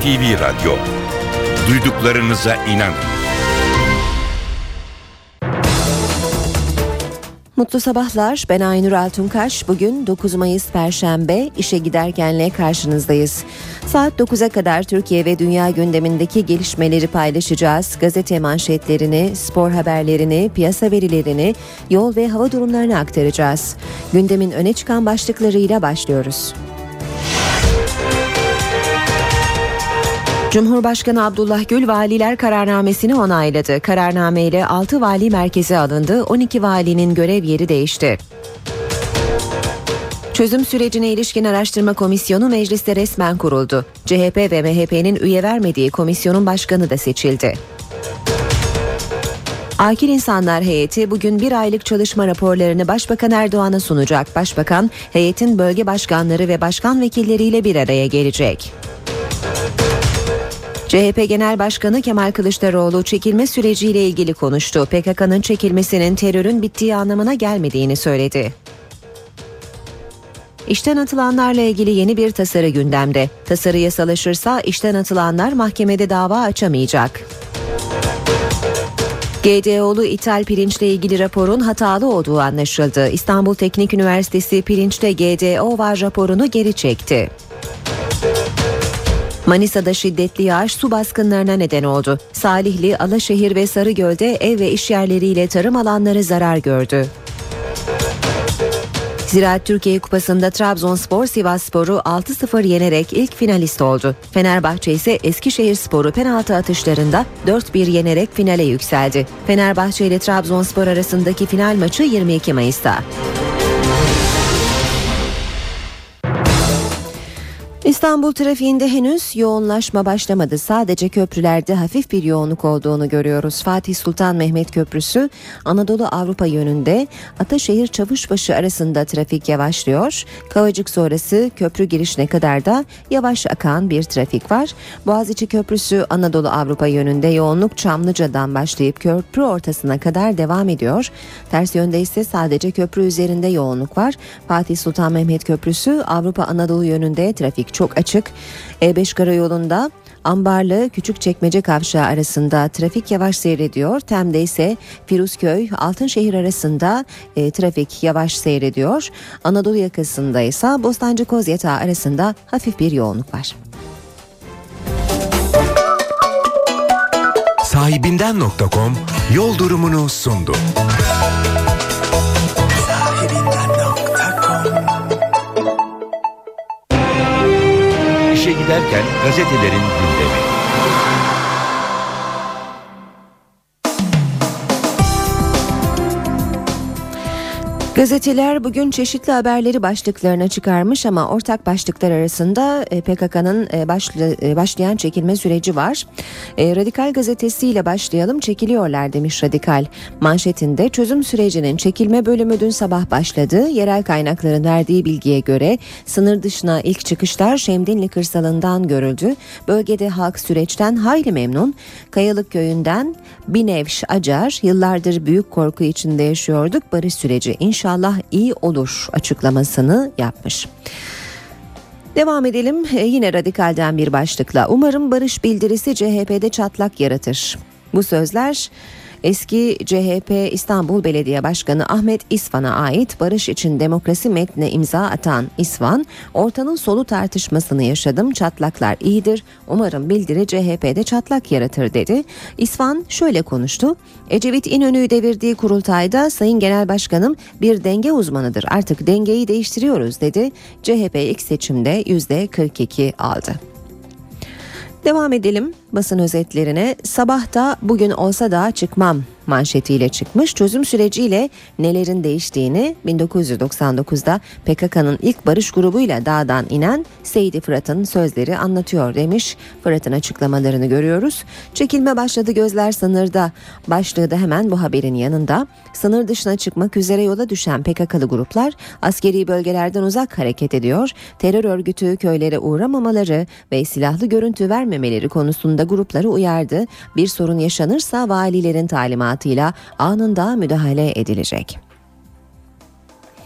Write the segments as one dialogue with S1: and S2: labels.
S1: NTV Radyo. Duyduklarınıza inanın.
S2: Mutlu sabahlar. Ben Aynur Altunkaş. Bugün 9 Mayıs Perşembe. İşe giderkenle karşınızdayız. Saat 9'a kadar Türkiye ve dünya gündemindeki gelişmeleri paylaşacağız. Gazete manşetlerini, spor haberlerini, piyasa verilerini, yol ve hava durumlarını aktaracağız. Gündemin öne çıkan başlıklarıyla başlıyoruz. Cumhurbaşkanı Abdullah Gül valiler kararnamesini onayladı. Kararnameyle 6 vali merkeze alındı, 12 valinin görev yeri değişti. Çözüm sürecine ilişkin araştırma komisyonu mecliste resmen kuruldu. CHP ve MHP'nin üye vermediği komisyonun başkanı da seçildi. Akil İnsanlar Heyeti bugün bir aylık çalışma raporlarını Başbakan Erdoğan'a sunacak. Başbakan, heyetin bölge başkanları ve başkan vekilleriyle bir araya gelecek. CHP Genel Başkanı Kemal Kılıçdaroğlu çekilme süreciyle ilgili konuştu. PKK'nın çekilmesinin terörün bittiği anlamına gelmediğini söyledi. İşten atılanlarla ilgili yeni bir tasarı gündemde. Tasarı yasalaşırsa işten atılanlar mahkemede dava açamayacak. GDO'lu ithal pirinçle ilgili raporun hatalı olduğu anlaşıldı. İstanbul Teknik Üniversitesi pirinçte GDO var raporunu geri çekti. Manisa'da şiddetli yağış su baskınlarına neden oldu. Salihli, Alaşehir ve Sarıgöl'de ev ve iş yerleriyle tarım alanları zarar gördü. Ziraat Türkiye Kupası'nda Trabzonspor Sivasspor'u 6-0 yenerek ilk finalist oldu. Fenerbahçe ise Eskişehirspor'u penaltı atışlarında 4-1 yenerek finale yükseldi. Fenerbahçe ile Trabzonspor arasındaki final maçı 22 Mayıs'ta. İstanbul trafiğinde henüz yoğunlaşma başlamadı. Sadece köprülerde hafif bir yoğunluk olduğunu görüyoruz. Fatih Sultan Mehmet Köprüsü Anadolu Avrupa yönünde Ataşehir Çavuşbaşı arasında trafik yavaşlıyor. Kavacık sonrası köprü girişine kadar da yavaş akan bir trafik var. Boğaziçi Köprüsü Anadolu Avrupa yönünde yoğunluk Çamlıca'dan başlayıp köprü ortasına kadar devam ediyor. Ters yönde ise sadece köprü üzerinde yoğunluk var. Fatih Sultan Mehmet Köprüsü Avrupa Anadolu yönünde trafik çok açık. E5 karayolunda Ambarlı Küçükçekmece kavşağı arasında trafik yavaş seyrediyor. Tem'de ise Firuzköy Altınşehir arasında trafik yavaş seyrediyor. Anadolu yakasında ise Bostancı Kozyatağı arasında hafif bir yoğunluk var.
S3: Sahibinden.com yol durumunu sundu.
S1: İşe giderken gazetelerin gündemi.
S2: Gazeteler bugün çeşitli haberleri başlıklarına çıkarmış ama ortak başlıklar arasında PKK'nın başlayan çekilme süreci var. Radikal gazetesiyle başlayalım. Çekiliyorlar demiş Radikal. Manşetinde çözüm sürecinin çekilme bölümü dün sabah başladı. Yerel kaynakların verdiği bilgiye göre sınır dışına ilk çıkışlar Şemdinli kırsalından görüldü. Bölgede halk süreçten hayli memnun. Kayalık köyünden Binevş Acar yıllardır büyük korku içinde yaşıyorduk. Barış süreci İnşallah iyi olur açıklamasını yapmış. Devam edelim yine Radikal'den bir başlıkla. Umarım barış bildirisi CHP'de çatlak yaratır. Bu sözler eski CHP İstanbul Belediye Başkanı Ahmet İsvan'a ait. Barış için demokrasi metnine imza atan İsvan, ortanın solu tartışmasını yaşadım, çatlaklar iyidir, umarım bildiri CHP'de çatlak yaratır dedi. İsvan şöyle konuştu: Ecevit İnönü'yü devirdiği kurultayda Sayın Genel Başkanım bir denge uzmanıdır, artık dengeyi değiştiriyoruz dedi. CHP ilk seçimde %42 aldı. Devam edelim basın özetlerine. Sabahta bugün olsa da çıkmam manşetiyle çıkmış. Çözüm süreciyle nelerin değiştiğini 1999'da PKK'nın ilk barış grubuyla dağdan inen Seydi Fırat'ın sözleri anlatıyor demiş. Fırat'ın açıklamalarını görüyoruz. Çekilme başladı, gözler sınırda başlığı da hemen bu haberin yanında. Sınır dışına çıkmak üzere yola düşen PKK'lı gruplar askeri bölgelerden uzak hareket ediyor. Terör örgütü köylere uğramamaları ve silahlı görüntü vermemeleri konusunda grupları uyardı. Bir sorun yaşanırsa valilerin talimatıyla anında müdahale edilecek.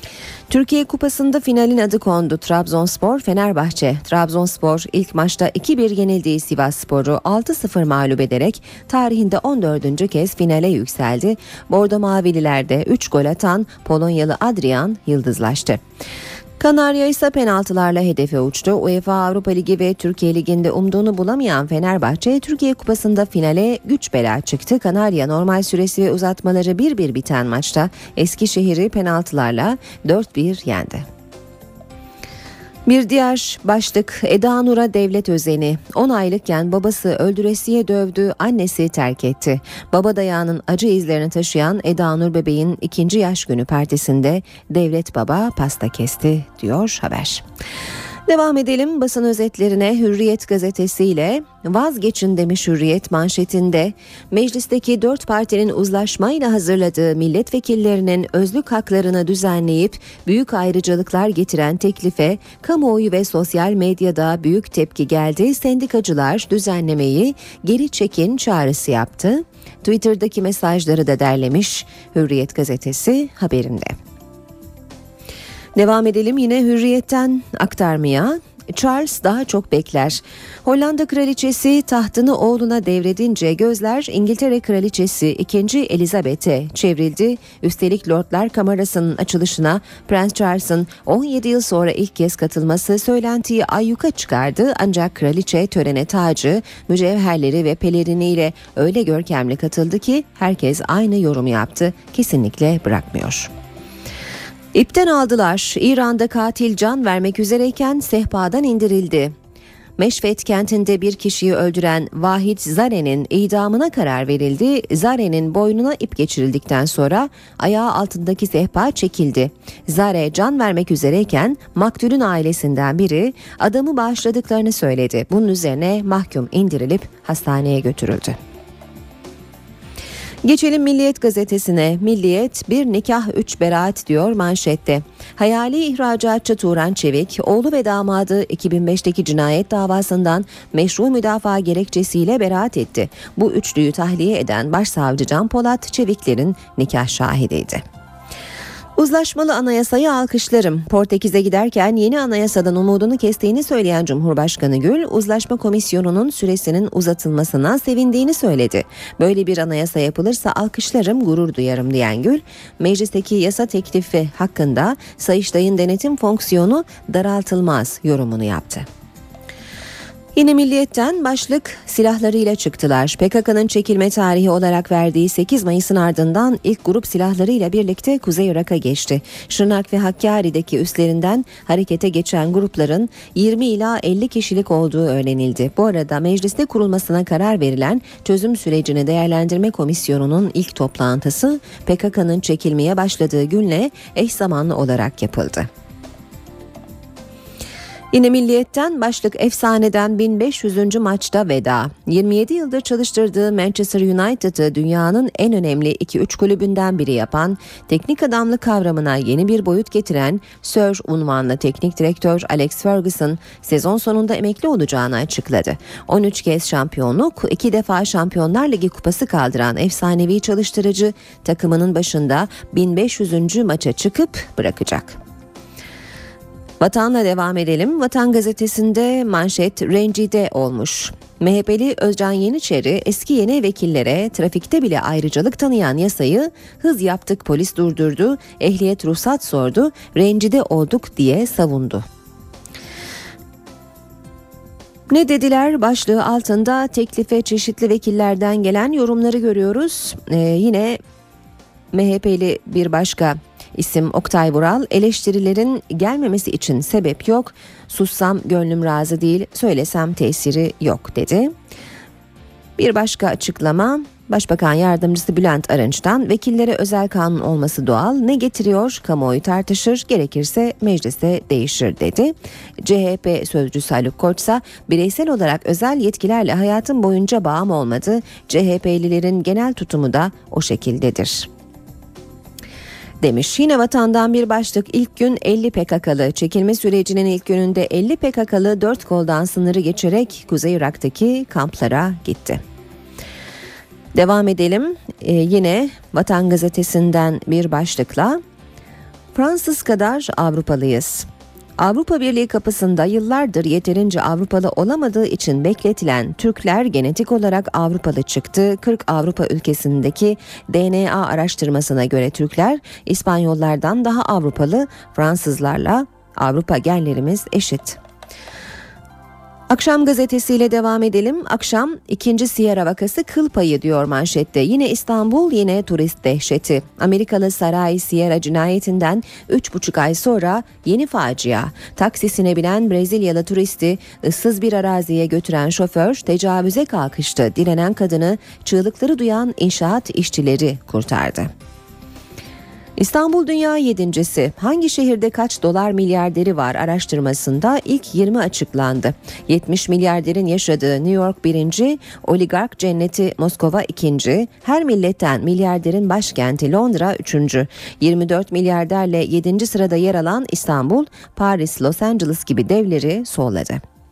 S2: Türkiye Kupası'nda finalin adı kondu. Trabzonspor, Fenerbahçe. Trabzonspor ilk maçta 2-1 yenildiği Sivasspor'u 6-0 mağlup ederek tarihinde 14. kez finale yükseldi. Bordo Mavililer'de 3 gol atan Polonyalı Adrian yıldızlaştı. Kanarya ise penaltılarla hedefe uçtu. UEFA Avrupa Ligi ve Türkiye Ligi'nde umduğunu bulamayan Fenerbahçe, Türkiye Kupası'nda finale güç bela çıktı. Kanarya normal süresi ve uzatmaları 1-1 biten maçta Eskişehir'i penaltılarla 4-1 yendi. Bir diğer başlık, Eda Nur'a devlet özeni. 10 aylıkken babası öldüresiye dövdü, annesi terk etti. Baba dayağının acı izlerini taşıyan Eda Nur bebeğin 2. yaş günü partisinde devlet baba pasta kesti diyor haber. Devam edelim basın özetlerine. Hürriyet gazetesiyle vazgeçin demiş Hürriyet manşetinde. Meclisteki 4 partinin uzlaşmayla hazırladığı milletvekillerinin özlük haklarını düzenleyip büyük ayrıcalıklar getiren teklife kamuoyu ve sosyal medyada büyük tepki geldi. Sendikacılar düzenlemeyi geri çekin çağrısı yaptı. Twitter'daki mesajları da derlemiş Hürriyet gazetesi haberinde. Devam edelim yine Hürriyet'ten aktarmaya. Charles daha çok bekler. Hollanda kraliçesi tahtını oğluna devredince gözler İngiltere kraliçesi 2. Elizabeth'e çevrildi. Üstelik Lordlar Kamerası'nın açılışına Prens Charles'ın 17 yıl sonra ilk kez katılması söylentiyi ayyuka çıkardı. Ancak kraliçe törene tacı, mücevherleri ve peleriniyle öyle görkemli katıldı ki herkes aynı yorumu yaptı. Kesinlikle bırakmıyor. İpten aldılar. İran'da katil can vermek üzereyken sehpadan indirildi. Meşvet kentinde bir kişiyi öldüren Vahid Zare'nin idamına karar verildi. Zare'nin boynuna ip geçirildikten sonra ayağı altındaki sehpa çekildi. Zare can vermek üzereyken maktulün ailesinden biri adamı bağışladıklarını söyledi. Bunun üzerine mahkum indirilip hastaneye götürüldü. Geçelim Milliyet gazetesine. Milliyet bir nikah 3 beraat diyor manşette. Hayali ihracatçı Turan Çevik, oğlu ve damadı 2005'teki cinayet davasından meşru müdafaa gerekçesiyle beraat etti. Bu üçlüyü tahliye eden Başsavcı Can Polat, Çeviklerin nikah şahidiydi. Uzlaşmalı anayasayı alkışlarım. Portekiz'e giderken yeni anayasadan umudunu kestiğini söyleyen Cumhurbaşkanı Gül, uzlaşma komisyonunun süresinin uzatılmasına sevindiğini söyledi. Böyle bir anayasa yapılırsa alkışlarım, gurur duyarım diyen Gül, meclisteki yasa teklifi hakkında Sayıştay'ın denetim fonksiyonu daraltılmaz yorumunu yaptı. Yine Milliyet'ten başlık silahlarıyla çıktılar. PKK'nın çekilme tarihi olarak verdiği 8 Mayıs'ın ardından ilk grup silahlarıyla birlikte Kuzey Irak'a geçti. Şırnak ve Hakkari'deki üslerinden harekete geçen grupların 20 ila 50 kişilik olduğu öğrenildi. Bu arada mecliste kurulmasına karar verilen çözüm sürecini değerlendirme komisyonunun ilk toplantısı PKK'nın çekilmeye başladığı günle eş zamanlı olarak yapıldı. Yine Milliyet'ten başlık efsaneden 1500. maçta veda. 27 yıldır çalıştırdığı Manchester United'ı dünyanın en önemli 2-3 kulübünden biri yapan, teknik adamlık kavramına yeni bir boyut getiren Sir unvanlı teknik direktör Alex Ferguson sezon sonunda emekli olacağını açıkladı. 13 kez şampiyonluk, 2 defa Şampiyonlar Ligi kupası kaldıran efsanevi çalıştırıcı takımının başında 1500. maça çıkıp bırakacak. Vatan'la devam edelim. Vatan gazetesinde manşet rencide olmuş. MHP'li Özcan Yeniçeri eski yeni vekillere trafikte bile ayrıcalık tanıyan yasayı hız yaptık polis durdurdu, ehliyet ruhsat sordu, rencide olduk diye savundu. Ne dediler başlığı altında teklife çeşitli vekillerden gelen yorumları görüyoruz. Yine MHP'li bir başka İsim Oktay Vural, eleştirilerin gelmemesi için sebep yok, sussam gönlüm razı değil, söylesem tesiri yok dedi. Bir başka açıklama Başbakan Yardımcısı Bülent Arınç'tan vekillere özel kanun olması doğal, ne getiriyor kamuoyu tartışır, gerekirse mecliste değişir dedi. CHP sözcüsü Haluk Koçsa bireysel olarak özel yetkilerle hayatım boyunca bağım olmadı, CHP'lilerin genel tutumu da o şekildedir demiş. Yine Vatan'dan bir başlık ilk gün 50 PKK'lı çekilme sürecinin ilk gününde 50 PKK'lı 4 koldan sınırı geçerek Kuzey Irak'taki kamplara gitti. Devam edelim. Yine Vatan gazetesinden bir başlıkla Fransız kadar Avrupalıyız. Avrupa Birliği kapısında yıllardır yeterince Avrupalı olamadığı için bekletilen Türkler genetik olarak Avrupalı çıktı. 40 Avrupa ülkesindeki DNA araştırmasına göre Türkler İspanyollardan daha Avrupalı, Fransızlarla Avrupa genlerimiz eşit. Akşam gazetesiyle devam edelim. Akşam ikinci Sierra vakası kıl payı diyor manşette. Yine İstanbul, yine turist dehşeti. Amerikalı Saray Sierra cinayetinden 3,5 ay sonra yeni facia. Taksisine binen Brezilyalı turisti ıssız bir araziye götüren şoför tecavüze kalkıştı. Direnen kadını çığlıkları duyan inşaat işçileri kurtardı. İstanbul dünya 7.'si. Hangi şehirde kaç dolar milyarderi var araştırmasında ilk 20 açıklandı. 70 milyarderin yaşadığı New York 1. Oligark cenneti Moskova 2. Her milletten milyarderin başkenti Londra 3. 24 milyarderle 7. sırada yer alan İstanbul, Paris, Los Angeles gibi devleri solladı.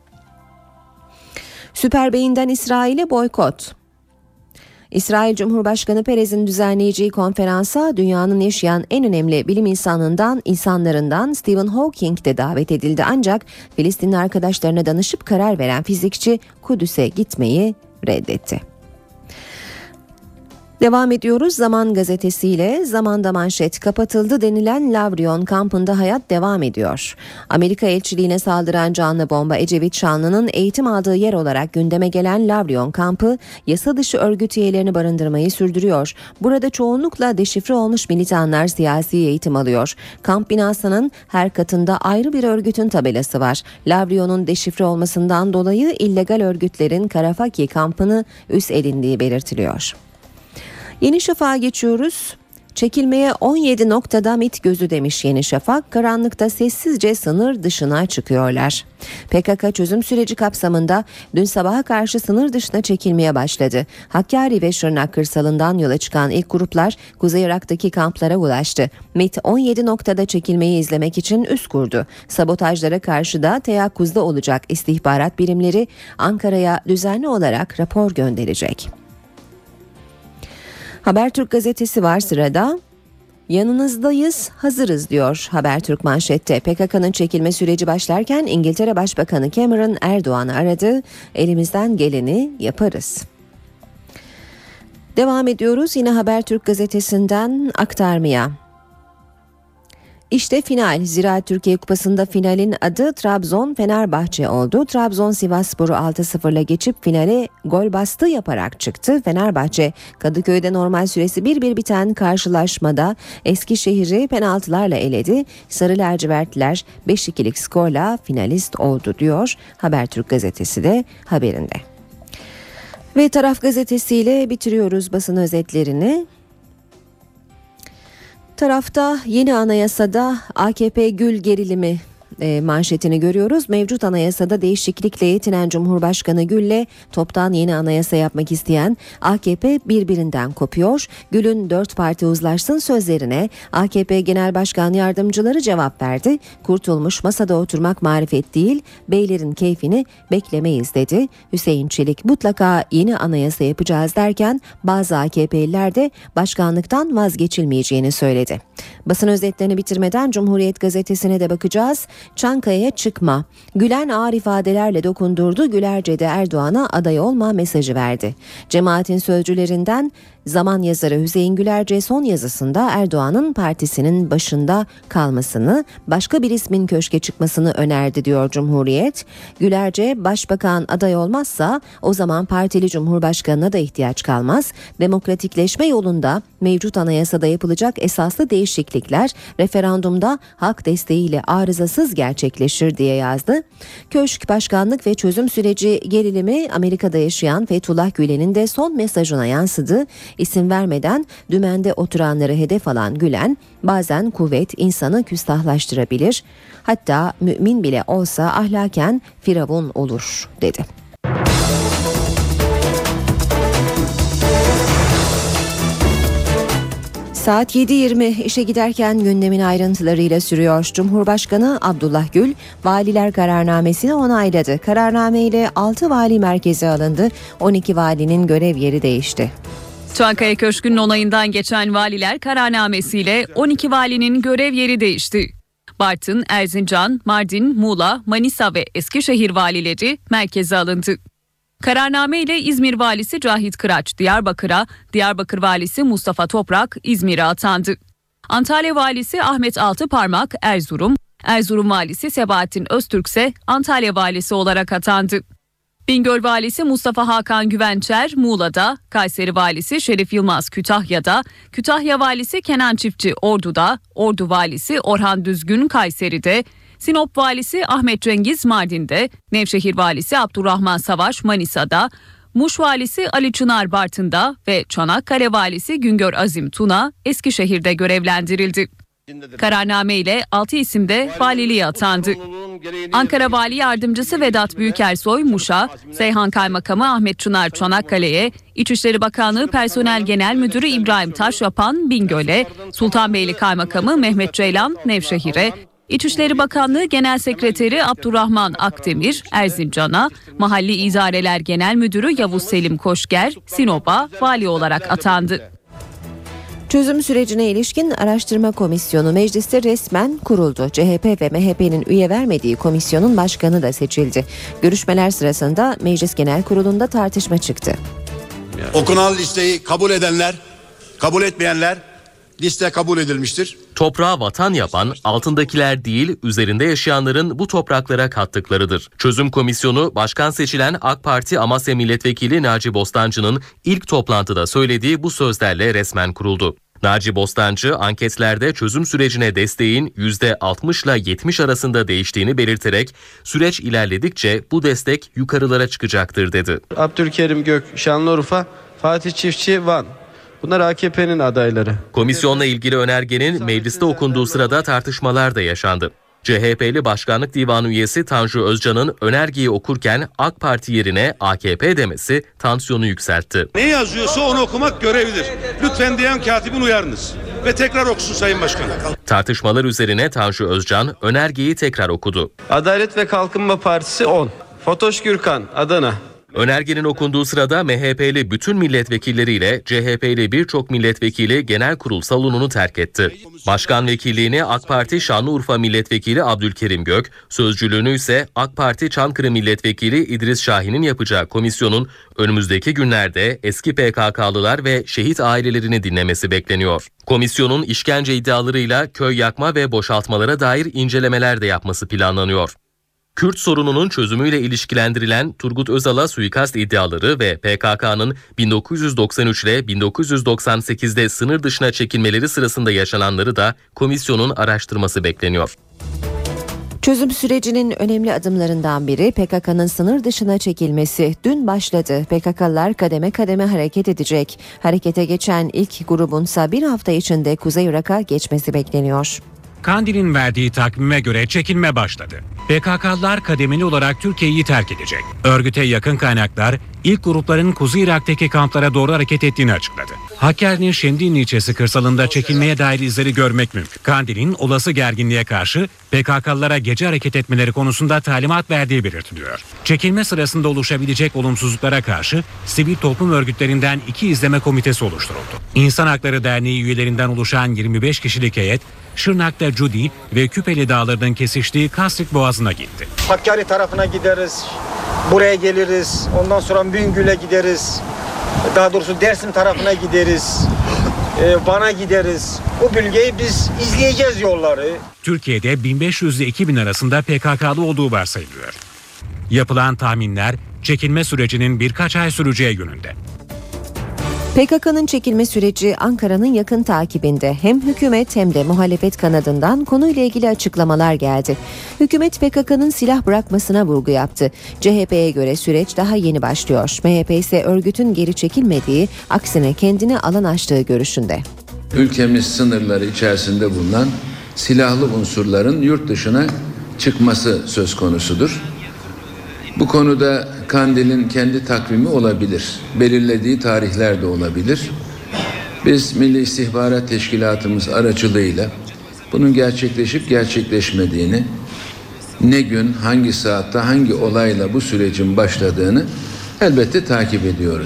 S2: Süper Bey'inden İsrail'e boykot. İsrail Cumhurbaşkanı Perez'in düzenleyeceği konferansa dünyanın yaşayan en önemli bilim insanlarından Stephen Hawking de davet edildi. Ancak Filistinli arkadaşlarına danışıp karar veren fizikçi Kudüs'e gitmeyi reddetti. Devam ediyoruz Zaman gazetesiyle. Zaman'da manşet kapatıldı denilen Lavrion kampında hayat devam ediyor. Amerika elçiliğine saldıran canlı bomba Ecevit Şanlı'nın eğitim aldığı yer olarak gündeme gelen Lavrion kampı yasa dışı örgüt üyelerini barındırmayı sürdürüyor. Burada çoğunlukla deşifre olmuş militanlar siyasi eğitim alıyor. Kamp binasının her katında ayrı bir örgütün tabelası var. Lavrion'un deşifre olmasından dolayı illegal örgütlerin Karafaki kampını üst edindiği belirtiliyor. Yeni Şafak'a geçiyoruz. Çekilmeye 17 noktada MİT gözü demiş Yeni Şafak. Karanlıkta sessizce sınır dışına çıkıyorlar. PKK çözüm süreci kapsamında dün sabaha karşı sınır dışına çekilmeye başladı. Hakkari ve Şırnak kırsalından yola çıkan ilk gruplar Kuzey Irak'taki kamplara ulaştı. MİT 17 noktada çekilmeyi izlemek için üs kurdu. Sabotajlara karşı da teyakkuzda olacak istihbarat birimleri Ankara'ya düzenli olarak rapor gönderecek. Habertürk gazetesi var sırada. Yanınızdayız, hazırız diyor Habertürk manşette. PKK'nın çekilme süreci başlarken İngiltere Başbakanı Cameron Erdoğan'ı aradı. Elimizden geleni yaparız. Devam ediyoruz yine Habertürk gazetesinden aktarmaya. İşte final. Ziraat Türkiye Kupası'nda finalin adı Trabzon-Fenerbahçe oldu. Trabzon Sivasspor'u 6-0'la geçip finale gol bastı yaparak çıktı. Fenerbahçe Kadıköy'de normal süresi 1-1 biten karşılaşmada Eskişehir'i penaltılarla eledi. Sarı lacivertliler 5-2'lik skorla finalist oldu diyor Habertürk gazetesi de haberinde. Ve Taraf gazetesiyle bitiriyoruz basın özetlerini. Tarafta yeni anayasada AKP Gül gerilimi manşetini görüyoruz. Mevcut anayasada değişiklikle yetinen Cumhurbaşkanı Gül'le toptan yeni anayasa yapmak isteyen AKP birbirinden kopuyor. Gül'ün 4 parti uzlaşsın sözlerine AKP Genel Başkan Yardımcıları cevap verdi. Kurtulmuş masada oturmak marifet değil, beylerin keyfini beklemeyiz dedi. Hüseyin Çelik mutlaka yeni anayasa yapacağız derken bazı AKP'liler de başkanlıktan vazgeçilmeyeceğini söyledi. Basın özetlerini bitirmeden Cumhuriyet gazetesine de bakacağız. Çankaya'ya çıkma. Gülen ağır ifadelerle dokundurdu. Gülerce'de Erdoğan'a aday olma mesajı verdi. Cemaatin sözcülerinden Zaman yazarı Hüseyin Gülerce son yazısında Erdoğan'ın partisinin başında kalmasını, başka bir ismin köşke çıkmasını önerdi diyor Cumhuriyet. Gülerce başbakan aday olmazsa o zaman partili cumhurbaşkanına da ihtiyaç kalmaz. Demokratikleşme yolunda mevcut anayasada yapılacak esaslı değişiklikler referandumda halk desteğiyle arızasız gerçekleşir diye yazdı. Köşk başkanlık ve çözüm süreci gerilimi Amerika'da yaşayan Fethullah Gülen'in de son mesajına yansıdı. İsim vermeden dümende oturanları hedef alan Gülen, bazen kuvvet insanı küstahlaştırabilir, hatta mümin bile olsa ahlaken firavun olur dedi. Saat 7.20 işe giderken gündemin ayrıntılarıyla sürüyor. Cumhurbaşkanı Abdullah Gül valiler kararnamesini onayladı. Kararname ile 6 vali merkeze alındı. 12 valinin görev yeri değişti.
S4: Çankaya Köşkü'nün onayından geçen valiler kararnamesiyle 12 valinin görev yeri değişti. Bartın, Erzincan, Mardin, Muğla, Manisa ve Eskişehir valileri merkeze alındı. Kararname ile İzmir valisi Cahit Kıraç Diyarbakır'a, Diyarbakır valisi Mustafa Toprak İzmir'e atandı. Antalya valisi Ahmet Altıparmak Erzurum, Erzurum valisi Sebahattin Öztürk ise Antalya valisi olarak atandı. Bingöl valisi Mustafa Hakan Güvençer Muğla'da, Kayseri valisi Şerif Yılmaz Kütahya'da, Kütahya valisi Kenan Çiftçi Ordu'da, Ordu valisi Orhan Düzgün Kayseri'de, Sinop valisi Ahmet Cengiz Mardin'de, Nevşehir valisi Abdurrahman Savaş Manisa'da, Muş valisi Ali Çınar Bartın'da ve Çanakkale valisi Güngör Azim Tuna Eskişehir'de görevlendirildi. Kararname ile 6 isim de valiliğe atandı. Ankara Vali Yardımcısı Vedat Büyükersoy Muş'a, Seyhan Kaymakamı Ahmet Çınar Çanakkale'ye, İçişleri Bakanlığı Personel Genel Müdürü İbrahim Taşyapan Bingöl'e, Sultanbeyli Kaymakamı Mehmet Ceylan Nevşehir'e, İçişleri Bakanlığı Genel Sekreteri Abdurrahman Akdemir Erzincan'a, Mahalli İdareler Genel Müdürü Yavuz Selim Koşger Sinop'a vali olarak atandı.
S2: Çözüm sürecine ilişkin araştırma komisyonu mecliste resmen kuruldu. CHP ve MHP'nin üye vermediği komisyonun başkanı da seçildi. Görüşmeler sırasında Meclis Genel Kurulu'nda tartışma çıktı.
S5: Okunan listeyi kabul edenler, kabul etmeyenler liste kabul edilmiştir.
S6: Toprağı vatan yapan, altındakiler değil, üzerinde yaşayanların bu topraklara kattıklarıdır. Çözüm Komisyonu, başkan seçilen AK Parti Amasya Milletvekili Naci Bostancı'nın ilk toplantıda söylediği bu sözlerle resmen kuruldu. Naci Bostancı, anketlerde çözüm sürecine desteğin %60 ile 70 arasında değiştiğini belirterek, süreç ilerledikçe bu destek yukarılara çıkacaktır dedi.
S7: Abdülkerim Gök, Şanlıurfa, Fatih Çiftçi, Van. Bunlar AKP'nin adayları.
S6: Komisyonla ilgili önergenin mecliste okunduğu sırada tartışmalar da yaşandı. CHP'li Başkanlık Divanı üyesi Tanju Özcan'ın önergeyi okurken AK Parti yerine AKP demesi tansiyonu yükseltti.
S5: Ne yazıyorsa onu okumak görevidir. Lütfen diyen katibin uyarınız ve tekrar okusun Sayın Başkan.
S6: Tartışmalar üzerine Tanju Özcan önergeyi tekrar okudu.
S7: Adalet ve Kalkınma Partisi 10. Fatoş Gürkan, Adana.
S6: Önergenin okunduğu sırada MHP'li bütün milletvekilleriyle CHP'li birçok milletvekili genel kurul salonunu terk etti. Başkan vekilliğini AK Parti Şanlıurfa Milletvekili Abdülkerim Gök, sözcülüğünü ise AK Parti Çankırı Milletvekili İdris Şahin'in yapacağı komisyonun önümüzdeki günlerde eski PKK'lılar ve şehit ailelerini dinlemesi bekleniyor. Komisyonun işkence iddialarıyla köy yakma ve boşaltmalara dair incelemeler de yapması planlanıyor. Kürt sorununun çözümüyle ilişkilendirilen Turgut Özal'a suikast iddiaları ve PKK'nın 1993 ile 1998'de sınır dışına çekilmeleri sırasında yaşananları da komisyonun araştırması bekleniyor.
S2: Çözüm sürecinin önemli adımlarından biri PKK'nın sınır dışına çekilmesi. Dün başladı. PKK'lılar kademe kademe hareket edecek. Harekete geçen ilk grubunsa bir hafta içinde Kuzey Irak'a geçmesi bekleniyor.
S8: Kandil'in verdiği takvime göre çekilme başladı. PKK'lılar kademeli olarak Türkiye'yi terk edecek. Örgüte yakın kaynaklar ilk grupların Kuzey Irak'taki kamplara doğru hareket ettiğini açıkladı. Hakkari'nin Şemdinli ilçesi kırsalında çekilmeye dair izleri görmek mümkün. Kandil'in olası gerginliğe karşı PKK'lılara gece hareket etmeleri konusunda talimat verdiği belirtiliyor. Çekilme sırasında oluşabilecek olumsuzluklara karşı sivil toplum örgütlerinden 2 izleme komitesi oluşturuldu. İnsan Hakları Derneği üyelerinden oluşan 25 kişilik heyet Şırnak'ta Cudi ve Küpeli Dağları'nın kesiştiği Kasrik Boğazı'na gitti.
S9: Hakkari tarafına gideriz, buraya geliriz, ondan sonra Bingöl'e gideriz, daha doğrusu Dersim tarafına gideriz, Van'a gideriz. O bölgeyi biz izleyeceğiz yolları.
S8: Türkiye'de 1500 ile 2000 arasında PKK'lı olduğu varsayılıyor. Yapılan tahminler çekilme sürecinin birkaç ay süreceği yönünde.
S2: PKK'nın çekilme süreci Ankara'nın yakın takibinde. Hem hükümet hem de muhalefet kanadından konuyla ilgili açıklamalar geldi. Hükümet PKK'nın silah bırakmasına vurgu yaptı. CHP'ye göre süreç daha yeni başlıyor. MHP ise örgütün geri çekilmediği, aksine kendine alan açtığı görüşünde.
S10: Ülkemiz sınırları içerisinde bulunan silahlı unsurların yurt dışına çıkması söz konusudur. Bu konuda Kandil'in kendi takvimi olabilir. Belirlediği tarihler de olabilir. Biz Milli İstihbarat Teşkilatımız aracılığıyla bunun gerçekleşip gerçekleşmediğini, ne gün, hangi saatte, hangi olayla bu sürecin başladığını elbette takip ediyoruz.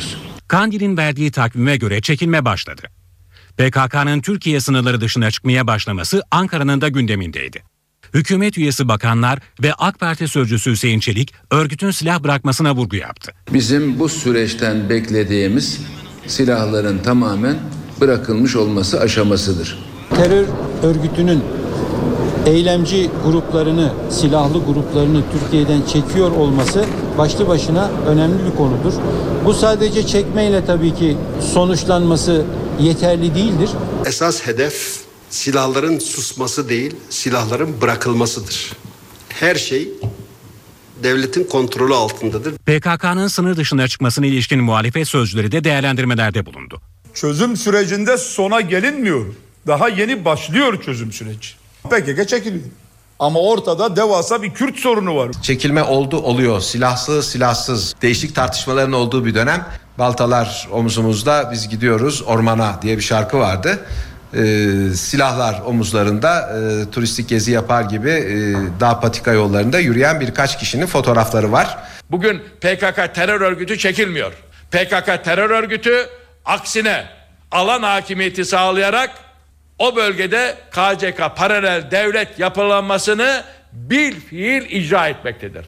S8: Kandil'in verdiği takvime göre çekilme başladı. PKK'nın Türkiye sınırları dışına çıkmaya başlaması Ankara'nın da gündemindeydi. Hükümet üyesi bakanlar ve AK Parti sözcüsü Hüseyin Çelik örgütün silah bırakmasına vurgu yaptı.
S10: Bizim bu süreçten beklediğimiz silahların tamamen bırakılmış olması aşamasıdır.
S9: Terör örgütünün eylemci gruplarını, silahlı gruplarını Türkiye'den çekiyor olması başlı başına önemli bir konudur. Bu sadece çekmeyle tabii ki sonuçlanması yeterli değildir.
S11: Esas hedef silahların susması değil, silahların bırakılmasıdır. Her şey devletin kontrolü altındadır.
S8: PKK'nın sınır dışına çıkmasına ilişkin muhalefet sözcüleri de değerlendirmelerde bulundu.
S12: Çözüm sürecinde sona gelinmiyor. Daha yeni başlıyor çözüm süreci. PKK çekiliyor. Ama ortada devasa bir Kürt sorunu var.
S13: Çekilme oluyor. Silahsız, silahsız. Değişik tartışmaların olduğu bir dönem. Baltalar omuzumuzda, biz gidiyoruz ormana diye bir şarkı vardı. Silahlar omuzlarında turistik gezi yapar gibi dağ patika yollarında yürüyen birkaç kişinin fotoğrafları var.
S14: Bugün PKK terör örgütü çekilmiyor. PKK terör örgütü aksine alan hakimiyeti sağlayarak o bölgede KCK paralel devlet yapılanmasını bilfiil icra etmektedir.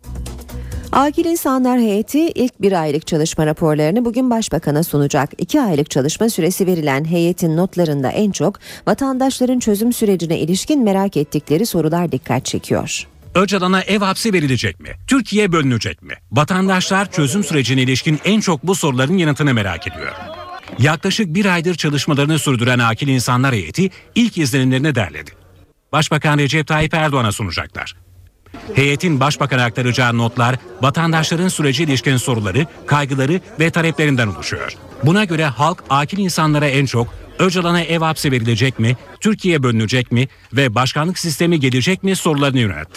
S2: Akil İnsanlar Heyeti ilk bir aylık çalışma raporlarını bugün Başbakan'a sunacak. 2 aylık çalışma süresi verilen heyetin notlarında en çok vatandaşların çözüm sürecine ilişkin merak ettikleri sorular dikkat çekiyor.
S8: Öcalan'a ev hapsi verilecek mi? Türkiye bölünecek mi? Vatandaşlar çözüm sürecine ilişkin en çok bu soruların yanıtını merak ediyor. Yaklaşık bir aydır çalışmalarını sürdüren Akil İnsanlar Heyeti ilk izlenimlerini derledi. Başbakan Recep Tayyip Erdoğan'a sunacaklar. Heyetin Başbakan'a aktaracağı notlar vatandaşların sürece ilişkin soruları, kaygıları ve taleplerinden oluşuyor. Buna göre halk akil insanlara en çok Öcalan'a ev hapsi verilecek mi, Türkiye bölünecek mi ve başkanlık sistemi gelecek mi sorularını yöneltti.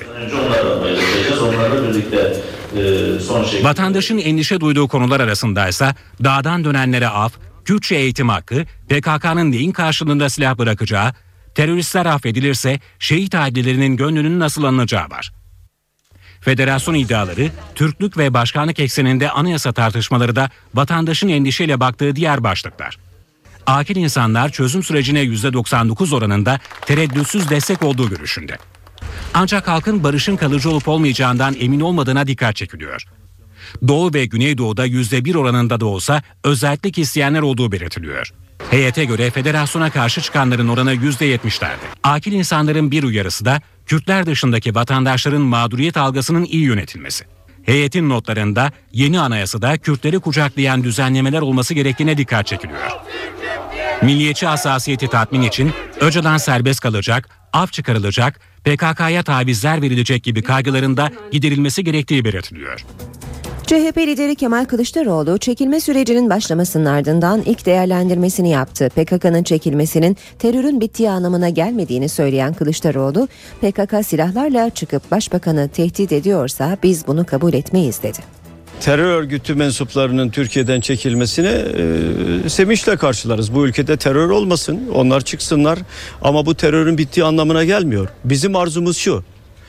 S8: Vatandaşın endişe duyduğu konular arasındaysa dağdan dönenlere af, Kürtçe eğitim hakkı, PKK'nın neyin karşılığında silah bırakacağı, teröristler affedilirse şehit ailelerinin gönlünün nasıl alınacağı var. Federasyon iddiaları, Türklük ve başkanlık ekseninde anayasa tartışmaları da vatandaşın endişeyle baktığı diğer başlıklar. Akil insanlar çözüm sürecine %99 oranında tereddütsüz destek olduğu görüşünde. Ancak halkın barışın kalıcı olup olmayacağından emin olmadığına dikkat çekiliyor. Doğu ve Güneydoğu'da %1 oranında da olsa özellik isteyenler olduğu belirtiliyor. Heyete göre federasyona karşı çıkanların oranı %70'lerde. Akil insanların bir uyarısı da Kürtler dışındaki vatandaşların mağduriyet algısının iyi yönetilmesi. Heyetin notlarında yeni anayasada Kürtleri kucaklayan düzenlemeler olması gerektiğine dikkat çekiliyor. Milliyetçi hassasiyeti tatmin için Öcalan serbest kalacak, af çıkarılacak, PKK'ya tavizler verilecek gibi kaygıların da giderilmesi gerektiği belirtiliyor.
S2: CHP lideri Kemal Kılıçdaroğlu çekilme sürecinin başlamasının ardından ilk değerlendirmesini yaptı. PKK'nın çekilmesinin terörün bittiği anlamına gelmediğini söyleyen Kılıçdaroğlu, PKK silahlarla çıkıp başbakanı tehdit ediyorsa biz bunu kabul etmeyiz dedi.
S9: Terör örgütü mensuplarının Türkiye'den çekilmesini sevinçle karşılarız. Bu ülkede terör olmasın, onlar çıksınlar ama bu terörün bittiği anlamına gelmiyor. Bizim arzumuz şu: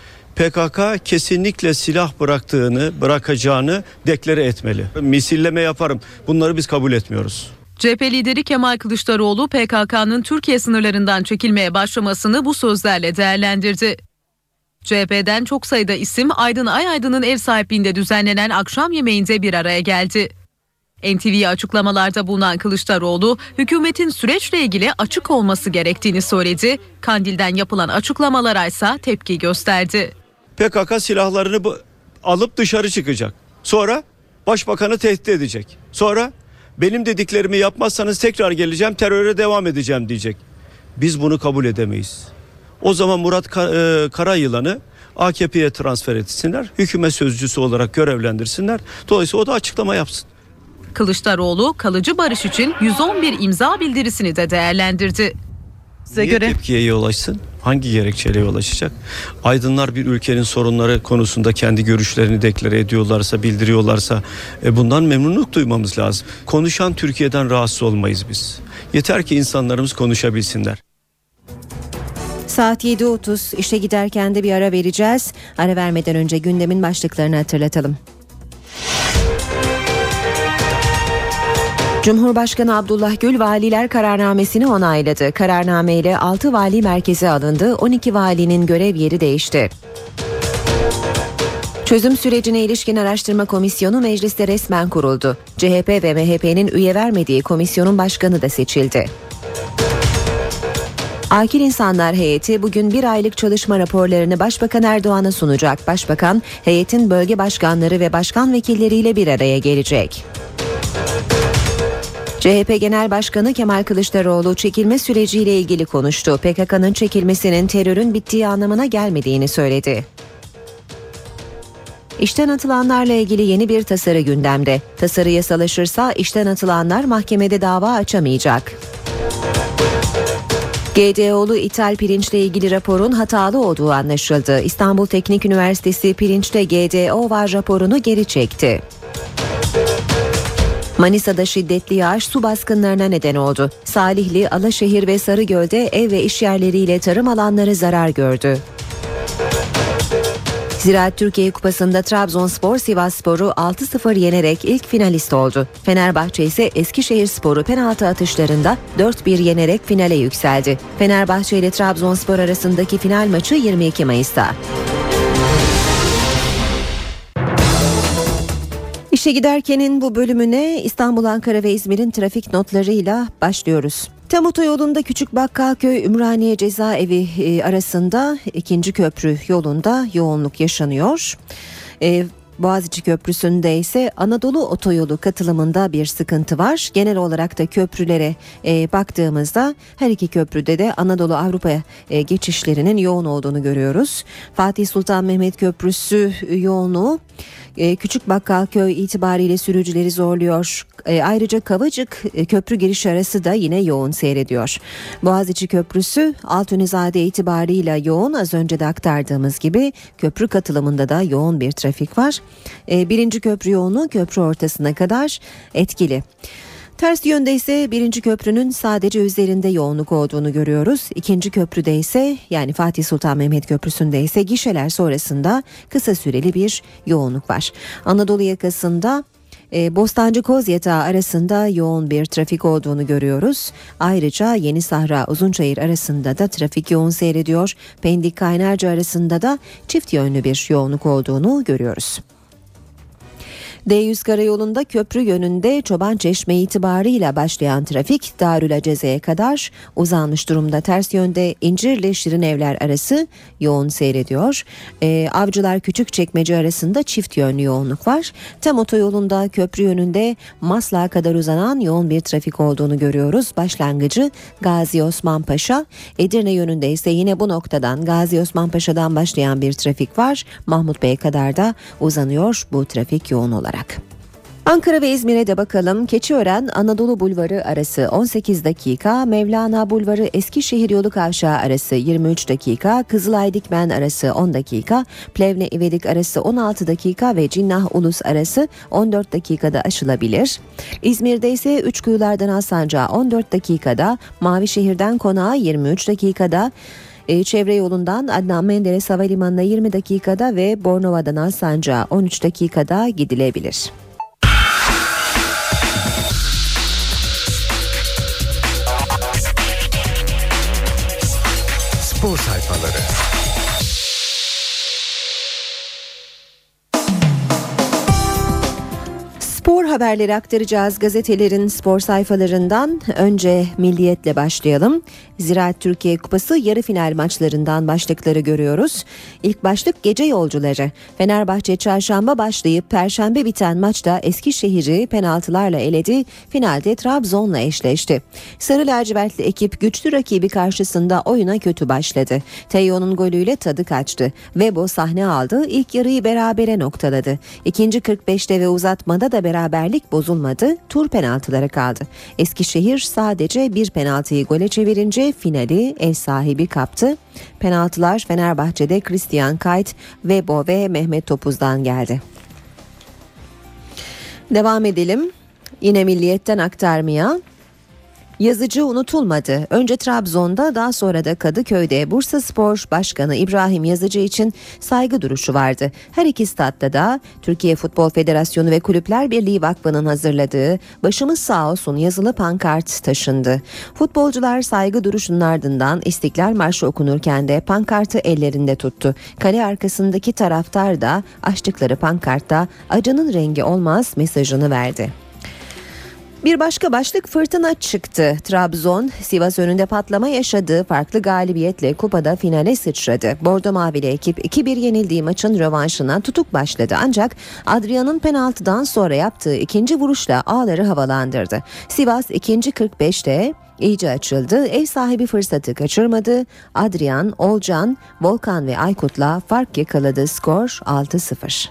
S9: PKK kesinlikle silah bırakacağını deklare etmeli. Misilleme yaparım. Bunları biz kabul etmiyoruz.
S4: CHP lideri Kemal Kılıçdaroğlu PKK'nın Türkiye sınırlarından çekilmeye başlamasını bu sözlerle değerlendirdi. CHP'den çok sayıda isim Aydın Ayaydın'ın ev sahipliğinde düzenlenen akşam yemeğinde bir araya geldi. NTV'ye açıklamalarda bulunan Kılıçdaroğlu, hükümetin süreçle ilgili açık olması gerektiğini söyledi. Kandil'den yapılan açıklamalara ise tepki gösterdi.
S9: PKK silahlarını alıp dışarı çıkacak. Sonra başbakanı tehdit edecek. Sonra benim dediklerimi yapmazsanız tekrar geleceğim, teröre devam edeceğim diyecek. Biz bunu kabul edemeyiz. O zaman Murat Karayılan'ı AKP'ye transfer etsinler. Hükümet sözcüsü olarak görevlendirsinler. Dolayısıyla o da açıklama yapsın.
S4: Kılıçdaroğlu kalıcı barış için 111 imza bildirisini de değerlendirdi. Size
S9: Niye tepkiye yol açsın? Hangi gerekçeyle yol açacak? Aydınlar bir ülkenin sorunları konusunda kendi görüşlerini deklare ediyorlarsa, bildiriyorlarsa bundan memnunluk duymamız lazım. Konuşan Türkiye'den rahatsız olmayız biz. Yeter ki insanlarımız konuşabilsinler.
S2: Saat 7.30, işe giderken de bir ara vereceğiz. Ara vermeden önce gündemin başlıklarını hatırlatalım. Cumhurbaşkanı Abdullah Gül valiler kararnamesini onayladı. Kararname ile 6 vali merkeze alındı, 12 valinin görev yeri değişti. Çözüm sürecine ilişkin araştırma komisyonu mecliste resmen kuruldu. CHP ve MHP'nin üye vermediği komisyonun başkanı da seçildi. Akil İnsanlar Heyeti bugün bir aylık çalışma raporlarını Başbakan Erdoğan'a sunacak. Başbakan, heyetin bölge başkanları ve başkan vekilleriyle bir araya gelecek. CHP Genel Başkanı Kemal Kılıçdaroğlu çekilme süreciyle ilgili konuştu. PKK'nın çekilmesinin terörün bittiği anlamına gelmediğini söyledi. İşten atılanlarla ilgili yeni bir tasarı gündemde. Tasarı yasalaşırsa işten atılanlar mahkemede dava açamayacak. GDO'lu ithal pirinçle ilgili raporun hatalı olduğu anlaşıldı. İstanbul Teknik Üniversitesi pirinçte GDO var raporunu geri çekti. Manisa'da şiddetli yağış su baskınlarına neden oldu. Salihli, Alaşehir ve Sarıgöl'de ev ve iş yerleriyle tarım alanları zarar gördü. Ziraat Türkiye Kupası'nda Trabzonspor Sivasspor'u 6-0 yenerek ilk finalist oldu. Fenerbahçe ise Eskişehirspor'u penaltı atışlarında 4-1 yenerek finale yükseldi. Fenerbahçe ile Trabzonspor arasındaki final maçı 22 Mayıs'ta. İşe giderkenin bu bölümüne İstanbul, Ankara ve İzmir'in trafik notlarıyla başlıyoruz. Tam otoyolunda Küçük Bakkalköy Ümraniye Cezaevi arasında 2. köprü yolunda yoğunluk yaşanıyor. Boğaziçi Köprüsü'nde ise Anadolu Otoyolu katılımında bir sıkıntı var. Genel olarak da köprülere baktığımızda her iki köprüde de Anadolu Avrupa'ya geçişlerinin yoğun olduğunu görüyoruz. Fatih Sultan Mehmet Köprüsü yoğunluğu Küçük Bakkalköy itibariyle sürücüleri zorluyor. Ayrıca Kavacık köprü giriş arası da yine yoğun seyrediyor. Boğaziçi Köprüsü Altunizade itibariyle yoğun, az önce de aktardığımız gibi köprü katılımında da yoğun bir trafik var. Birinci köprü yoğunluğu köprü ortasına kadar etkili. Ters yönde ise birinci köprünün sadece üzerinde yoğunluk olduğunu görüyoruz. İkinci köprüde ise, yani Fatih Sultan Mehmet Köprüsü'nde ise gişeler sonrasında kısa süreli bir yoğunluk var. Anadolu yakasında Bostancı Kozyatağı arasında yoğun bir trafik olduğunu görüyoruz. Ayrıca Yeni Sahra Uzunçayır arasında da trafik yoğun seyrediyor. Pendik Kaynarca arasında da çift yönlü bir yoğunluk olduğunu görüyoruz. D100 karayolunda köprü yönünde Çobançeşme itibarıyla başlayan trafik Darülaceze'ye kadar uzanmış durumda. Ters yönde İncirli Şirinevler arası yoğun seyrediyor. Avcılar Küçükçekmece arasında çift yönlü yoğunluk var. Tam otoyolunda köprü yönünde Maslak'a kadar uzanan yoğun bir trafik olduğunu görüyoruz. Başlangıcı Gazi Osman Paşa. Edirne yönünde ise yine bu noktadan Gazi Osman Paşa'dan başlayan bir trafik var. Mahmut Bey'e kadar da uzanıyor bu trafik yoğun olarak. Ankara ve İzmir'e de bakalım. Keçiören Anadolu Bulvarı arası 18 dakika, Mevlana Bulvarı Eskişehir Yolu Kavşağı arası 23 dakika, Kızılay Dikmen arası 10 dakika, Plevne İvedik arası 16 dakika ve Cinnah Ulus arası 14 dakikada aşılabilir. İzmir'de ise Üçkuyular'dan Alsancak'a 14 dakikada, Mavişehir'den Konağa 23 dakikada, çevre yolundan Adnan Menderes Havalimanı'na 20 dakikada ve Bornova'dan Alsancak'a 13 dakikada gidilebilir.
S3: Spor sayfaları.
S2: Spor haberleri aktaracağız gazetelerin spor sayfalarından. Önce Milliyet'le başlayalım. Ziraat Türkiye Kupası yarı final maçlarından başlıkları görüyoruz. İlk başlık gece yolcuları. Fenerbahçe çarşamba başlayıp perşembe biten maçta Eskişehir'i penaltılarla eledi. Finalde Trabzon'la eşleşti. Sarı lacivertli ekip güçlü rakibi karşısında oyuna kötü başladı. Teyo'nun golüyle tadı kaçtı. Vebo sahne aldı. İlk yarıyı berabere noktaladı. İkinci 45'te ve uzatmada da beraberlik bozulmadı. Tur penaltılara kaldı. Eskişehir sadece bir penaltıyı gole çevirince finali ev sahibi kaptı. Penaltılar Fenerbahçe'de Christian Kayt, Vebo ve Mehmet Topuz'dan geldi. Devam edelim. Yine Milliyet'ten aktarmaya. Yazıcı unutulmadı. Önce Trabzon'da, daha sonra da Kadıköy'de Bursaspor Başkanı İbrahim Yazıcı için saygı duruşu vardı. Her iki statta da Türkiye Futbol Federasyonu ve Kulüpler Birliği Vakfı'nın hazırladığı "Başımız sağ olsun" yazılı pankart taşındı. Futbolcular saygı duruşunun ardından İstiklal Marşı okunurken de pankartı ellerinde tuttu. Kale arkasındaki taraftar da açtıkları pankartta "Acının rengi olmaz" mesajını verdi. Bir başka başlık fırtına çıktı. Trabzon, Sivas önünde patlama yaşadığı farklı galibiyetle kupada finale sıçradı. Bordo Mavili ekip 2-1 yenildiği maçın rövanşına tutuk başladı. Ancak Adrian'ın penaltıdan sonra yaptığı ikinci vuruşla ağları havalandırdı. Sivas ikinci 45'te iyice açıldı. Ev sahibi fırsatı kaçırmadı. Adrian, Olcan, Volkan ve Aykut'la fark yakaladı. Skor 6-0.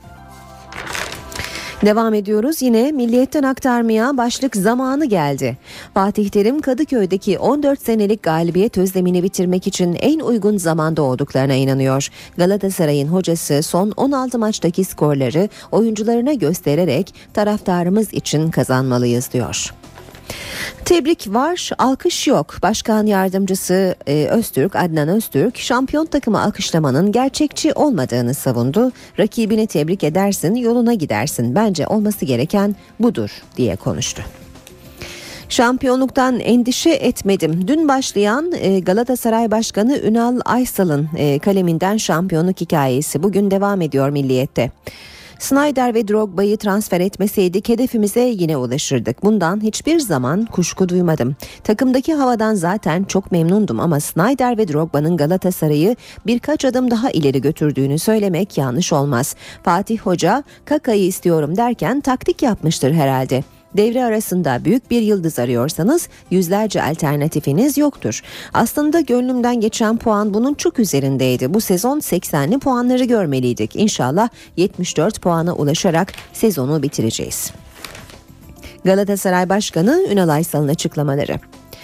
S2: Devam ediyoruz. Yine Milliyet'ten aktarmaya başlık zamanı geldi. Fatih Terim Kadıköy'deki 14 senelik galibiyet özlemini bitirmek için en uygun zamanda olduklarına inanıyor. Galatasaray'ın hocası son 16 maçtaki skorları oyuncularına göstererek taraftarımız için kazanmalıyız diyor. Tebrik var, alkış yok. Başkan yardımcısı Adnan Öztürk, şampiyon takımı alkışlamanın gerçekçi olmadığını savundu. Rakibini tebrik edersin, yoluna gidersin. Bence olması gereken budur diye konuştu. Şampiyonluktan endişe etmedim. Dün başlayan Galatasaray Başkanı Ünal Aysal'ın kaleminden şampiyonluk hikayesi bugün devam ediyor Milliyet'te. Snyder ve Drogba'yı transfer etmeseydik hedefimize yine ulaşırdık. Bundan hiçbir zaman kuşku duymadım. Takımdaki havadan zaten çok memnundum ama Snyder ve Drogba'nın Galatasaray'ı birkaç adım daha ileri götürdüğünü söylemek yanlış olmaz. Fatih Hoca Kaka'yı istiyorum derken taktik yapmıştır herhalde. Devre arasında büyük bir yıldız arıyorsanız yüzlerce alternatifiniz yoktur. Aslında gönlümden geçen puan bunun çok üzerindeydi. Bu sezon 80'li puanları görmeliydik. İnşallah 74 puana ulaşarak sezonu bitireceğiz. Galatasaray Başkanı Ünal Aysal'ın açıklamaları.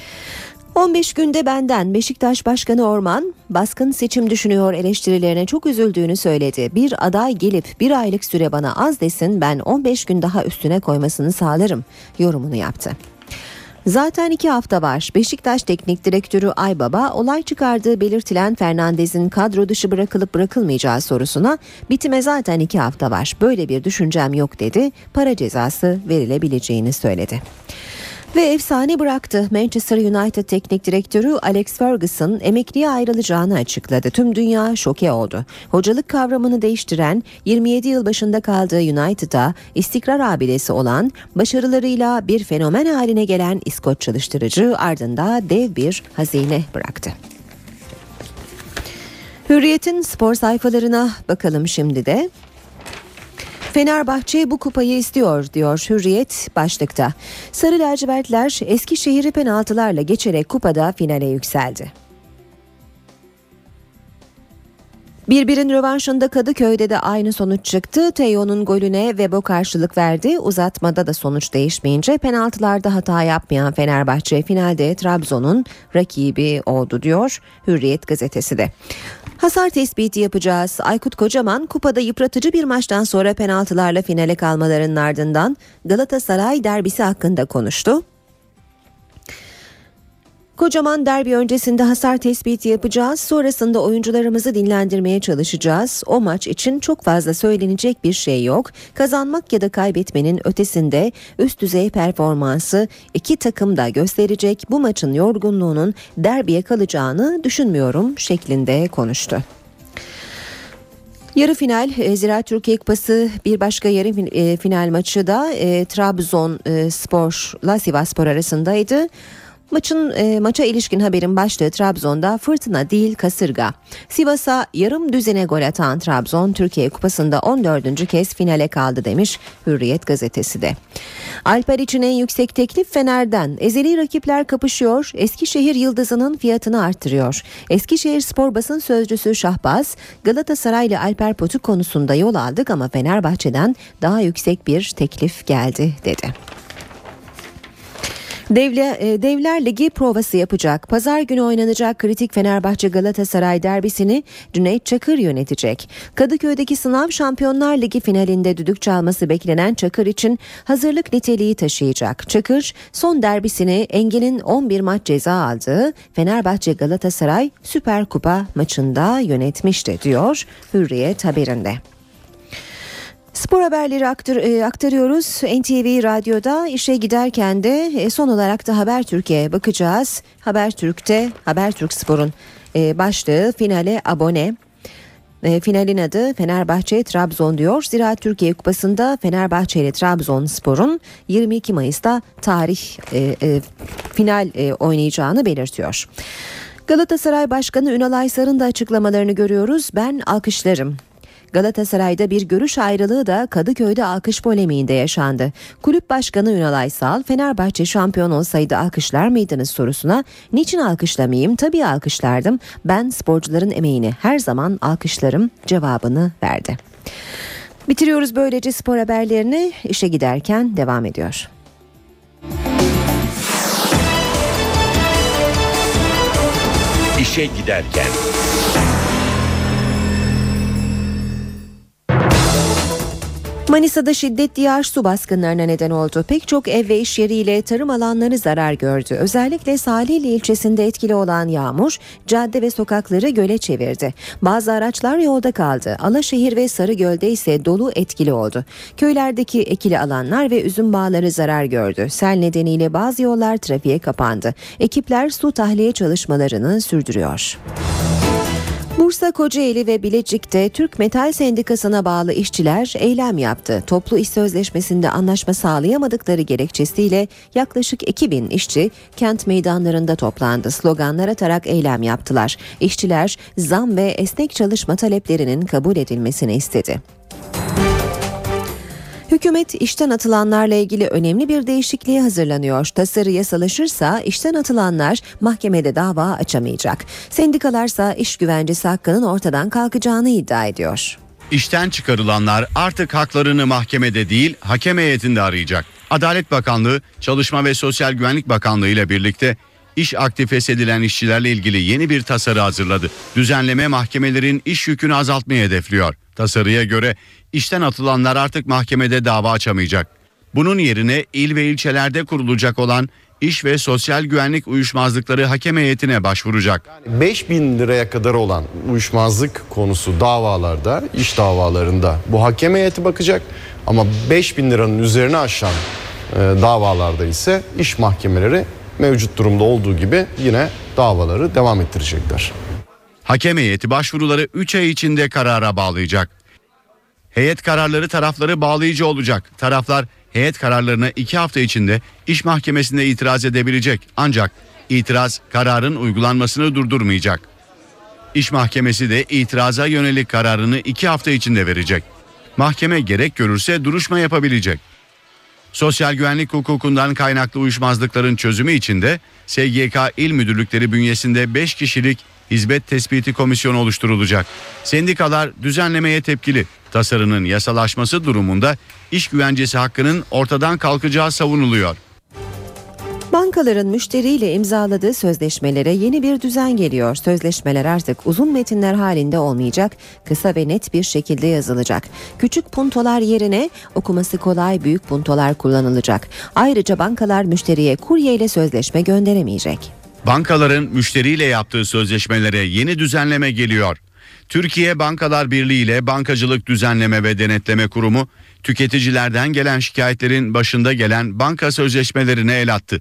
S2: 15 günde benden Beşiktaş Başkanı Orman, baskın seçim düşünüyor eleştirilerine çok üzüldüğünü söyledi. Bir aday gelip bir aylık süre bana az desin, ben 15 gün daha üstüne koymasını sağlarım yorumunu yaptı. Zaten 2 hafta var. Beşiktaş Teknik Direktörü Aybaba, olay çıkardığı belirtilen Fernandez'in kadro dışı bırakılıp bırakılmayacağı sorusuna bitime zaten 2 hafta var. Böyle bir düşüncem yok dedi. Para cezası verilebileceğini söyledi. Ve efsane bıraktı. Manchester United Teknik Direktörü Alex Ferguson emekliye ayrılacağını açıkladı. Tüm dünya şoke oldu. Hocalık kavramını değiştiren, 27 yıl başında kaldığı United'a istikrar abidesi olan, başarılarıyla bir fenomen haline gelen İskoç çalıştırıcı ardında dev bir hazine bıraktı. Hürriyet'in spor sayfalarına bakalım şimdi de. Fenerbahçe bu kupayı istiyor diyor Hürriyet başlıkta. Sarı lacivertler Eskişehir'i penaltılarla geçerek kupada finale yükseldi. Birbirinin rövanşında Kadıköy'de de aynı sonuç çıktı. Teyo'nun golüne Webo karşılık verdi. Uzatmada da sonuç değişmeyince penaltılarda hata yapmayan Fenerbahçe finalde Trabzon'un rakibi oldu diyor Hürriyet gazetesi de. Hasar tespiti yapacağız. Aykut Kocaman kupada yıpratıcı bir maçtan sonra penaltılarla finale kalmalarının ardından Galatasaray derbisi hakkında konuştu. Kocaman derbi öncesinde hasar tespiti yapacağız. Sonrasında oyuncularımızı dinlendirmeye çalışacağız. O maç için çok fazla söylenecek bir şey yok. Kazanmak ya da kaybetmenin ötesinde üst düzey performansı iki takım da gösterecek. Bu maçın yorgunluğunun derbiye kalacağını düşünmüyorum şeklinde konuştu. Yarı final Ziraat Türkiye Kupası bir başka yarı final maçı da Trabzonspor'la Sivasspor arasındaydı. Maça ilişkin haberin başlığı Trabzon'da fırtına değil kasırga. Sivas'a yarım düzine gol atan Trabzon Türkiye Kupası'nda 14. kez finale kaldı demiş Hürriyet gazetesi de. Alper için en yüksek teklif Fener'den. Ezeli rakipler kapışıyor. Eskişehir yıldızının fiyatını arttırıyor. Eskişehir Spor basın sözcüsü Şahbaz, Galatasaray ile Alper Potuk konusunda yol aldık ama Fenerbahçe'den daha yüksek bir teklif geldi dedi. Devler Ligi provası yapacak. Pazar günü oynanacak kritik Fenerbahçe Galatasaray derbisini Cüneyt Çakır yönetecek. Kadıköy'deki sınav Şampiyonlar Ligi finalinde düdük çalması beklenen Çakır için hazırlık niteliği taşıyacak. Çakır son derbisini Engin'in 11 maç ceza aldığı Fenerbahçe Galatasaray Süper Kupa maçında yönetmişti diyor Hürriyet haberinde. Spor haberleri aktarıyoruz. NTV Radyo'da işe giderken de son olarak da Habertürk'e bakacağız. Habertürk'te Habertürk Spor'un başlığı finale abone. Finalin adı Fenerbahçe-Trabzon diyor. Zira Türkiye Kupası'nda Fenerbahçe ile Trabzonspor'un 22 Mayıs'ta final oynayacağını belirtiyor. Galatasaray Başkanı Ünal Aysar'ın da açıklamalarını görüyoruz. Ben alkışlarım. Galatasaray'da bir görüş ayrılığı da Kadıköy'de alkış polemiğinde yaşandı. Kulüp Başkanı Ünal Aysal, Fenerbahçe şampiyon olsaydı alkışlar mıydınız sorusuna niçin alkışlamayayım? Tabii alkışlardım. Ben sporcuların emeğini her zaman alkışlarım cevabını verdi. Bitiriyoruz böylece spor haberlerini. İşe giderken devam ediyor.
S1: İşe giderken.
S2: Manisa'da şiddetli yağış su baskınlarına neden oldu. Pek çok ev ve iş yeriyle tarım alanları zarar gördü. Özellikle Salihli ilçesinde etkili olan yağmur cadde ve sokakları göle çevirdi. Bazı araçlar yolda kaldı. Alaşehir ve Sarıgöl'de ise dolu etkili oldu. Köylerdeki ekili alanlar ve üzüm bağları zarar gördü. Sel nedeniyle bazı yollar trafiğe kapandı. Ekipler su tahliye çalışmalarını sürdürüyor. Bursa, Kocaeli ve Bilecik'te Türk Metal Sendikası'na bağlı işçiler eylem yaptı. Toplu iş sözleşmesinde anlaşma sağlayamadıkları gerekçesiyle yaklaşık 2000 işçi kent meydanlarında toplandı. Sloganlar atarak eylem yaptılar. İşçiler zam ve esnek çalışma taleplerinin kabul edilmesini istedi. Hükümet işten atılanlarla ilgili önemli bir değişikliğe hazırlanıyor. Tasarı yasalaşırsa işten atılanlar mahkemede dava açamayacak. Sendikalarsa iş güvencesi hakkının ortadan kalkacağını iddia ediyor.
S15: İşten çıkarılanlar artık haklarını mahkemede değil, hakem heyetinde arayacak. Adalet Bakanlığı, Çalışma ve Sosyal Güvenlik Bakanlığı ile birlikte iş aktif edilen işçilerle ilgili yeni bir tasarı hazırladı. Düzenleme mahkemelerin iş yükünü azaltmayı hedefliyor. Tasarıya göre işten atılanlar artık mahkemede dava açamayacak. Bunun yerine il ve ilçelerde kurulacak olan iş ve sosyal güvenlik uyuşmazlıkları hakem heyetine başvuracak.
S16: 5.000 liraya kadar olan uyuşmazlık konusu davalarda, iş davalarında bu hakem heyeti bakacak. Ama 5.000 liranın üzerine aşan davalarda ise iş mahkemeleri mevcut durumda olduğu gibi yine davaları devam ettirecekler.
S15: Hakem heyeti başvuruları 3 ay içinde karara bağlayacak. Heyet kararları tarafları bağlayıcı olacak. Taraflar heyet kararlarına 2 hafta içinde iş mahkemesinde itiraz edebilecek. Ancak itiraz kararın uygulanmasını durdurmayacak. İş mahkemesi de itiraza yönelik kararını 2 hafta içinde verecek. Mahkeme gerek görürse duruşma yapabilecek. Sosyal güvenlik hukukundan kaynaklı uyuşmazlıkların çözümü için de SGK İl Müdürlükleri bünyesinde 5 kişilik hizmet tespiti komisyonu oluşturulacak. Sendikalar düzenlemeye tepkili. Tasarının yasalaşması durumunda iş güvencesi hakkının ortadan kalkacağı savunuluyor.
S2: Bankaların müşteriyle imzaladığı sözleşmelere yeni bir düzen geliyor. Sözleşmeler artık uzun metinler halinde olmayacak, kısa ve net bir şekilde yazılacak. Küçük puntolar yerine okuması kolay büyük puntolar kullanılacak. Ayrıca bankalar müşteriye kurye ile sözleşme gönderemeyecek.
S15: Bankaların müşteriyle yaptığı sözleşmelere yeni düzenleme geliyor. Türkiye Bankalar Birliği ile Bankacılık Düzenleme ve Denetleme Kurumu, tüketicilerden gelen şikayetlerin başında gelen banka sözleşmelerine el attı.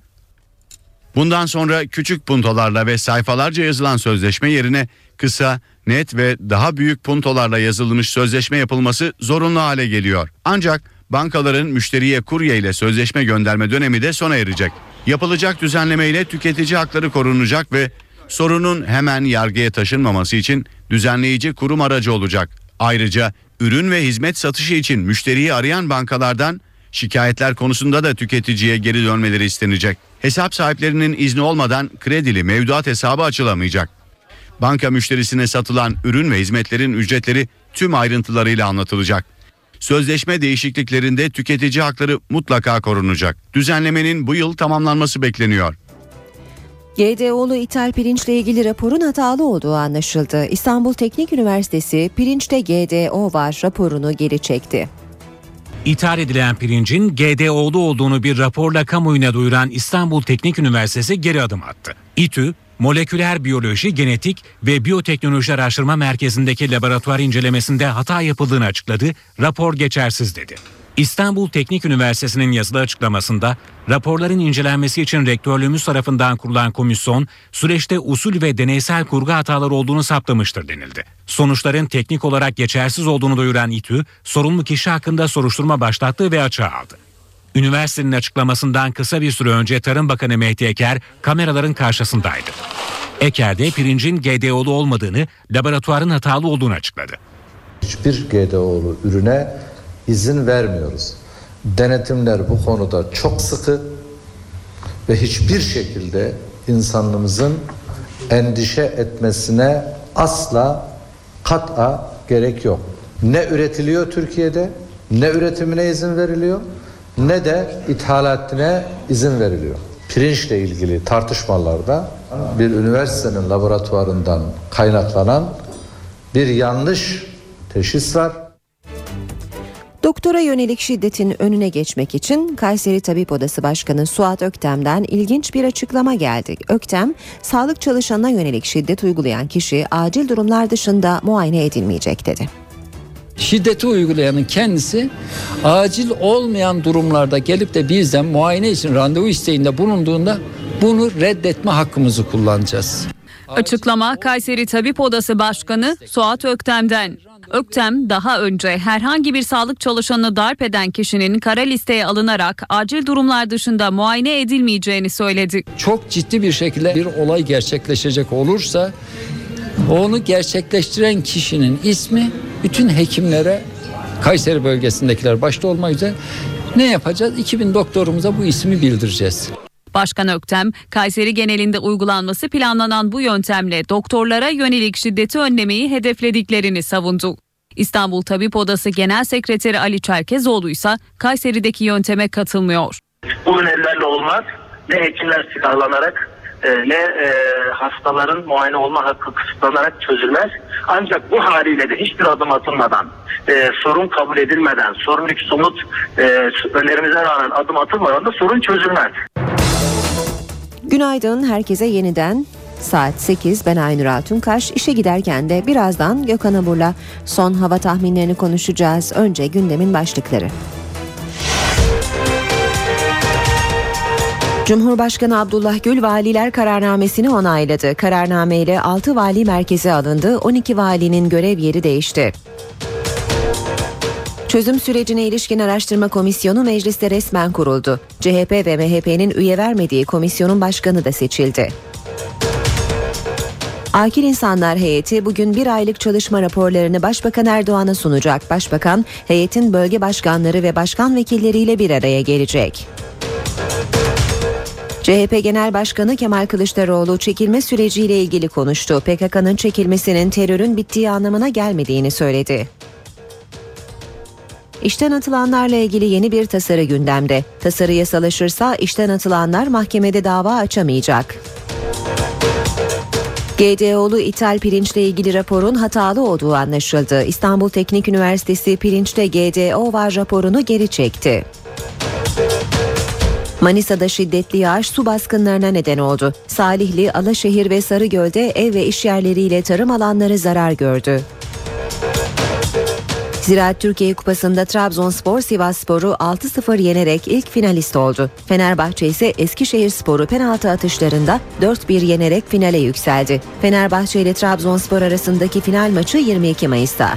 S15: Bundan sonra küçük puntolarla ve sayfalarca yazılan sözleşme yerine kısa, net ve daha büyük puntolarla yazılmış sözleşme yapılması zorunlu hale geliyor. Ancak bankaların müşteriye kurye ile sözleşme gönderme dönemi de sona erecek. Yapılacak düzenleme ile tüketici hakları korunacak ve sorunun hemen yargıya taşınmaması için düzenleyici kurum aracı olacak. Ayrıca ürün ve hizmet satışı için müşteriyi arayan bankalardan şikayetler konusunda da tüketiciye geri dönmeleri istenecek. Hesap sahiplerinin izni olmadan kredili mevduat hesabı açılamayacak. Banka müşterisine satılan ürün ve hizmetlerin ücretleri tüm ayrıntılarıyla anlatılacak. Sözleşme değişikliklerinde tüketici hakları mutlaka korunacak. Düzenlemenin bu yıl tamamlanması bekleniyor.
S2: GDO'lu ithal pirinçle ilgili raporun hatalı olduğu anlaşıldı. İstanbul Teknik Üniversitesi pirinçte GDO var raporunu geri çekti.
S8: İthal edilen pirincin GDO'lu olduğunu bir raporla kamuoyuna duyuran İstanbul Teknik Üniversitesi geri adım attı. İTÜ, Moleküler Biyoloji, Genetik ve Biyoteknoloji Araştırma Merkezi'ndeki laboratuvar incelemesinde hata yapıldığını açıkladı, rapor geçersiz dedi. İstanbul Teknik Üniversitesi'nin yazılı açıklamasında raporların incelenmesi için rektörlüğümüz tarafından kurulan komisyon süreçte usul ve deneysel kurgu hataları olduğunu saptamıştır denildi. Sonuçların teknik olarak geçersiz olduğunu duyuran İTÜ, sorumlu kişi hakkında soruşturma başlattı ve açığa aldı. Üniversitenin açıklamasından kısa bir süre önce Tarım Bakanı Mehdi Eker kameraların karşısındaydı. Eker de pirincin GDO'lu olmadığını, laboratuvarın hatalı olduğunu açıkladı.
S17: Hiçbir GDO'lu ürüne izin vermiyoruz. Denetimler bu konuda çok sıkı ve hiçbir şekilde insanlığımızın endişe etmesine asla kat'a gerek yok. Ne üretiliyor Türkiye'de, ne üretimine izin veriliyor, ne de ithalatine izin veriliyor. Pirinçle ilgili tartışmalarda bir üniversitenin laboratuvarından kaynaklanan bir yanlış teşhis var.
S2: Doktora yönelik şiddetin önüne geçmek için Kayseri Tabip Odası Başkanı Suat Öktem'den ilginç bir açıklama geldi. Öktem, sağlık çalışanına yönelik şiddet uygulayan kişi acil durumlar dışında muayene edilmeyecek dedi.
S18: Şiddeti uygulayanın kendisi acil olmayan durumlarda gelip de bizden muayene için randevu isteğinde bulunduğunda bunu reddetme hakkımızı kullanacağız.
S4: Açıklama Kayseri Tabip Odası Başkanı Suat Öktem'den. Öktem daha önce herhangi bir sağlık çalışanını darp eden kişinin kara listeye alınarak acil durumlar dışında muayene edilmeyeceğini söyledi.
S18: Çok ciddi bir şekilde bir olay gerçekleşecek olursa onu gerçekleştiren kişinin ismi bütün hekimlere, Kayseri bölgesindekiler başta olmak üzere ne yapacağız? 2000 doktorumuza bu ismi bildireceğiz.
S4: Başkan Öktem, Kayseri genelinde uygulanması planlanan bu yöntemle doktorlara yönelik şiddeti önlemeyi hedeflediklerini savundu. İstanbul Tabip Odası Genel Sekreteri Ali Çerkezoğlu ise Kayseri'deki yönteme katılmıyor.
S19: Bu önerilerle olmaz. Ne hekimler silahlanarak ne hastaların muayene olma hakkı kısıtlanarak çözülmez. Ancak bu haliyle de hiçbir adım atılmadan, sorun kabul edilmeden, sorunluk somut önerimize rağmen adım atılmadan da sorun çözülmez.
S2: Günaydın herkese yeniden. Saat 8, ben Aynur Altunkaş. İşe giderken de birazdan Gökhan Abur'la son hava tahminlerini konuşacağız. Önce gündemin başlıkları. Cumhurbaşkanı Abdullah Gül valiler kararnamesini onayladı. Kararnameyle 6 vali merkeze alındı, 12 valinin görev yeri değişti. Çözüm sürecine ilişkin araştırma komisyonu mecliste resmen kuruldu. CHP ve MHP'nin üye vermediği komisyonun başkanı da seçildi. Akil İnsanlar Heyeti bugün bir aylık çalışma raporlarını Başbakan Erdoğan'a sunacak. Başbakan, heyetin bölge başkanları ve başkan vekilleriyle bir araya gelecek. CHP Genel Başkanı Kemal Kılıçdaroğlu çekilme süreciyle ilgili konuştu. PKK'nın çekilmesinin terörün bittiği anlamına gelmediğini söyledi. İşten atılanlarla ilgili yeni bir tasarı gündemde. Tasarı yasalaşırsa işten atılanlar mahkemede dava açamayacak. GDO'lu ithal pirinçle ilgili raporun hatalı olduğu anlaşıldı. İstanbul Teknik Üniversitesi pirinçte GDO var raporunu geri çekti. Manisa'da şiddetli yağış su baskınlarına neden oldu. Salihli, Alaşehir ve Sarıgöl'de ev ve iş yerleriyle tarım alanları zarar gördü. Ziraat Türkiye Kupası'nda Trabzonspor Sivasspor'u 6-0 yenerek ilk finalist oldu. Fenerbahçe ise Eskişehirspor'u penaltı atışlarında 4-1 yenerek finale yükseldi. Fenerbahçe ile Trabzonspor arasındaki final maçı 22 Mayıs'ta.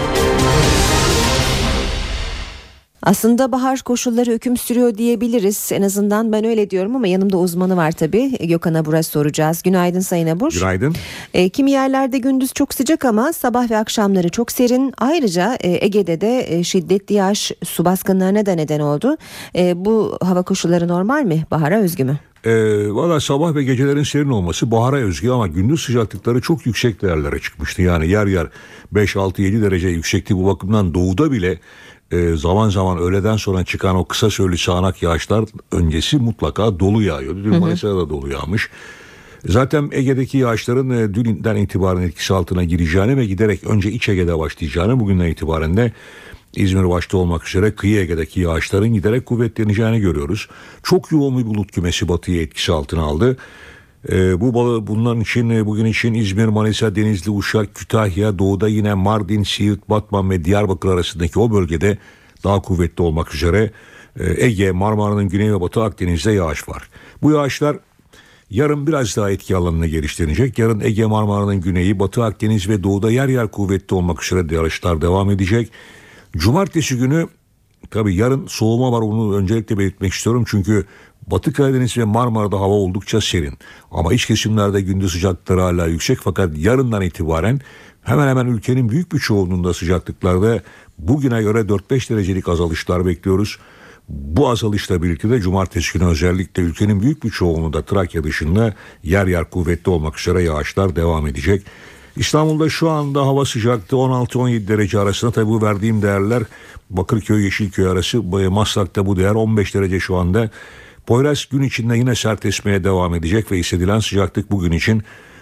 S2: Aslında bahar koşulları hüküm sürüyor diyebiliriz. En azından ben öyle diyorum ama yanımda uzmanı var tabii. Gökhan Abur'a soracağız. Günaydın Sayın Abur.
S3: Günaydın.
S2: Kimi yerlerde gündüz çok sıcak ama sabah ve akşamları çok serin. Ayrıca Ege'de de şiddetli yağış su baskınlarına da neden oldu. Bu hava koşulları normal mi? Bahara özgü mü?
S20: Valla sabah ve gecelerin serin olması bahara özgü ama gündüz sıcaklıkları çok yüksek değerlere çıkmıştı. Yani yer yer 5, 6, 7 derece yüksekti. Bu bakımdan doğuda bile zaman zaman öğleden sonra çıkan o kısa süreli sağanak yağışlar öncesi mutlaka dolu yağıyordu. Dün Manisa'da da dolu yağmış. Zaten Ege'deki yağışların dünden itibaren etkisi altına gireceğini ve giderek önce İç Ege'de başlayacağını, bugünden itibaren de İzmir başta olmak üzere kıyı Ege'deki yağışların giderek kuvvetleneceğini görüyoruz. Çok yoğun bir bulut kümesi batıyı etkisi altına aldı. Bunların için bugün için İzmir, Manisa, Denizli, Uşak, Kütahya, doğuda yine Mardin, Siirt, Batman ve Diyarbakır arasındaki o bölgede daha kuvvetli olmak üzere Ege, Marmara'nın güney ve batı Akdeniz'de yağış var. Bu yağışlar yarın biraz daha etki alanına geliştirecek. Yarın Ege, Marmara'nın güneyi, batı Akdeniz ve doğuda yer yer kuvvetli olmak üzere yağışlar devam edecek. Cumartesi günü tabii yarın soğuma var, onu öncelikle belirtmek istiyorum. Çünkü Batı Karadeniz ve Marmara'da hava oldukça serin. Ama iç kesimlerde gündüz sıcaklıkları hala yüksek, fakat yarından itibaren hemen hemen ülkenin büyük bir çoğunluğunda sıcaklıklarda bugüne göre 4-5 derecelik azalışlar bekliyoruz. Bu azalışla birlikte de cumartesi günü özellikle ülkenin büyük bir çoğunluğunda Trakya dışında yer yer kuvvetli olmak üzere yağışlar devam edecek. İstanbul'da şu anda hava sıcaklığı 16-17 derece arasında. Tabi bu verdiğim değerler Bakırköy, Yeşilköy arası. Maslak'ta bu değer 15 derece şu anda. Poyraz gün içinde yine sert esmeye devam edecek ve hissedilen sıcaklık bugün için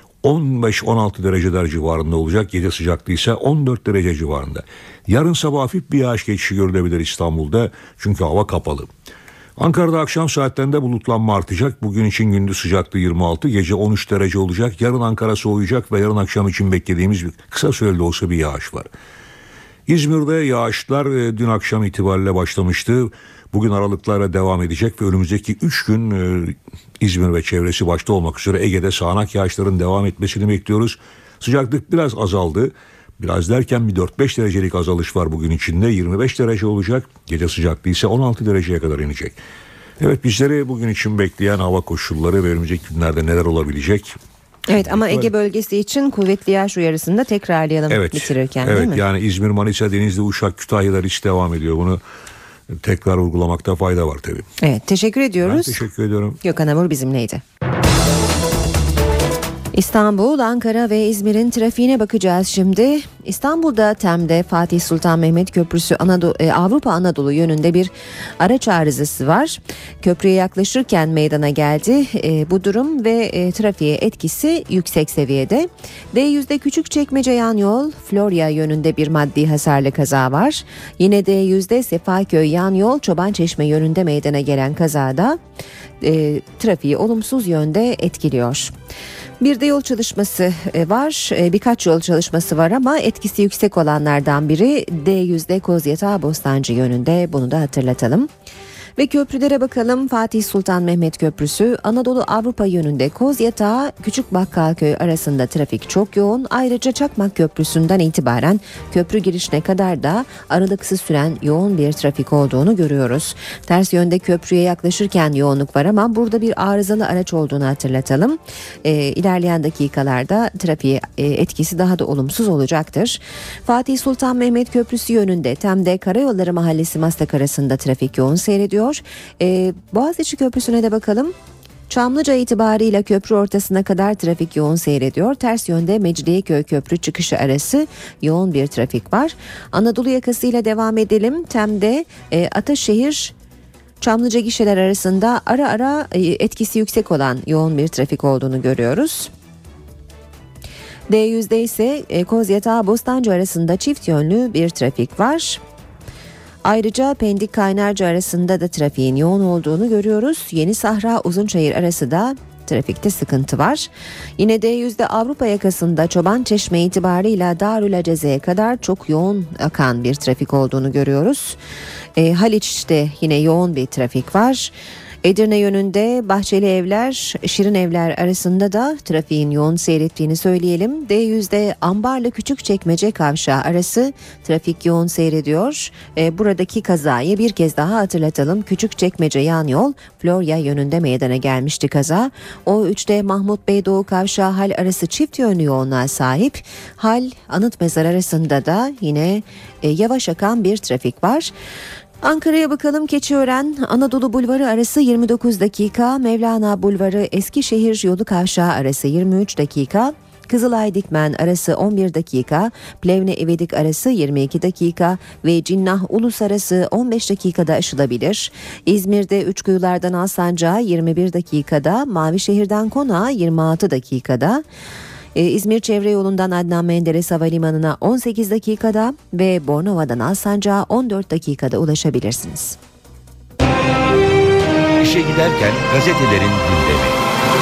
S20: 15-16 dereceler civarında olacak. Gece sıcaklığı ise 14 derece civarında. Yarın sabah hafif bir yağış geçişi görülebilir İstanbul'da, çünkü hava kapalı. Ankara'da akşam saatlerinde bulutlanma artacak. Bugün için gündüz sıcaklığı 26, gece 13 derece olacak. Yarın Ankara soğuyacak ve yarın akşam için beklediğimiz kısa süreli de olsa bir yağış var. İzmir'de yağışlar dün akşam itibariyle başlamıştı. Bugün aralıklarla devam edecek ve önümüzdeki 3 gün İzmir ve çevresi başta olmak üzere Ege'de sağanak yağışların devam etmesini bekliyoruz. Sıcaklık biraz azaldı. Biraz derken bir 4-5 derecelik azalış var bugün içinde. 25 derece olacak. Gece sıcaklığı ise 16 dereceye kadar inecek. Evet, bizleri bugün için bekleyen hava koşulları ve önümüzdeki günlerde neler olabilecek?
S2: Evet, ama Ege bölgesi için kuvvetli yağış uyarısını da tekrarlayalım bitirirken, değil mi?
S20: Evet, yani İzmir, Manisa, Denizli, Uşak, Kütahya'lar hiç devam ediyor. Bunu tekrar vurgulamakta fayda var tabii.
S2: Evet, teşekkür ediyoruz.
S20: Ben teşekkür ediyorum.
S2: Gökhan Amur bizimleydi. İstanbul, Ankara ve İzmir'in trafiğine bakacağız şimdi. İstanbul'da TEM'de Fatih Sultan Mehmet Köprüsü Avrupa Anadolu yönünde bir araç arızası var. Köprüye yaklaşırken meydana geldi bu durum ve trafiğe etkisi yüksek seviyede. D100'de Küçükçekmece yan yol Florya yönünde bir maddi hasarlı kaza var. Yine D100'de Sefaköy yan yol Çobançeşme yönünde meydana gelen kazada trafiği olumsuz yönde etkiliyor. Bir de yol çalışması var. Birkaç yol çalışması var ama etkisi yüksek olanlardan biri D100'de Kozyatağı Bostancı yönünde, bunu da hatırlatalım. Ve köprülere bakalım. Fatih Sultan Mehmet Köprüsü Anadolu Avrupa yönünde Kozyatağı Küçük Bakkalköy arasında trafik çok yoğun. Ayrıca Çakmak Köprüsü'nden itibaren köprü girişine kadar da aralıksız süren yoğun bir trafik olduğunu görüyoruz. Ters yönde köprüye yaklaşırken yoğunluk var ama burada bir arızalı araç olduğunu hatırlatalım. İlerleyen dakikalarda trafiğe etkisi daha da olumsuz olacaktır. Fatih Sultan Mehmet Köprüsü yönünde TEM'de Karayolları Mahallesi Maslak arasında trafik yoğun seyrediyor. Boğaziçi Köprüsü'ne de bakalım. Çamlıca itibarıyla köprü ortasına kadar trafik yoğun seyrediyor. Ters yönde Mecidiyeköy Köprü çıkışı arası yoğun bir trafik var. Anadolu yakasıyla devam edelim. TEM'de Ataşehir Çamlıca gişeler arasında ara ara etkisi yüksek olan yoğun bir trafik olduğunu görüyoruz. D100'de ise Kozyatağı Bostancı arasında çift yönlü bir trafik var. Ayrıca Pendik Kaynarca arasında da trafiğin yoğun olduğunu görüyoruz. Yeni Sahra Uzunçayır arası da trafikte sıkıntı var. Yine D100'de Avrupa yakasında Çobançeşme itibarıyla Darülaceze'ye kadar çok yoğun akan bir trafik olduğunu görüyoruz. Haliç'te yine yoğun bir trafik var. Edirne yönünde Bahçeli Evler, Şirin Evler arasında da trafiğin yoğun seyrettiğini söyleyelim. D100'de Ambarlı Küçükçekmece kavşağı arası trafik yoğun seyrediyor. Buradaki kazayı bir kez daha hatırlatalım. Küçükçekmece yan yol Florya yönünde meydana gelmişti kaza. O3'te Mahmut Bey Doğu kavşağı Hal arası çift yönlü yoğunluğa sahip. Hal Anıt Mezar arasında da yine yavaş akan bir trafik var. Ankara'ya bakalım. Keçiören Anadolu Bulvarı arası 29 dakika, Mevlana Bulvarı Eskişehir Yolu Kavşağı arası 23 dakika, Kızılay Dikmen arası 11 dakika, Plevne İvedik arası 22 dakika ve Cinnah Ulus arası 15 dakikada aşılabilir. İzmir'de Üçkuyular'dan Alsancak'a 21 dakikada, Mavişehir'den Konağa 26 dakikada, İzmir Çevre Yolu'ndan Adnan Menderes Havalimanı'na 18 dakikada ve Bornova'dan Alsancak'a 14 dakikada ulaşabilirsiniz.
S1: İşe giderken gazetelerin gündemi.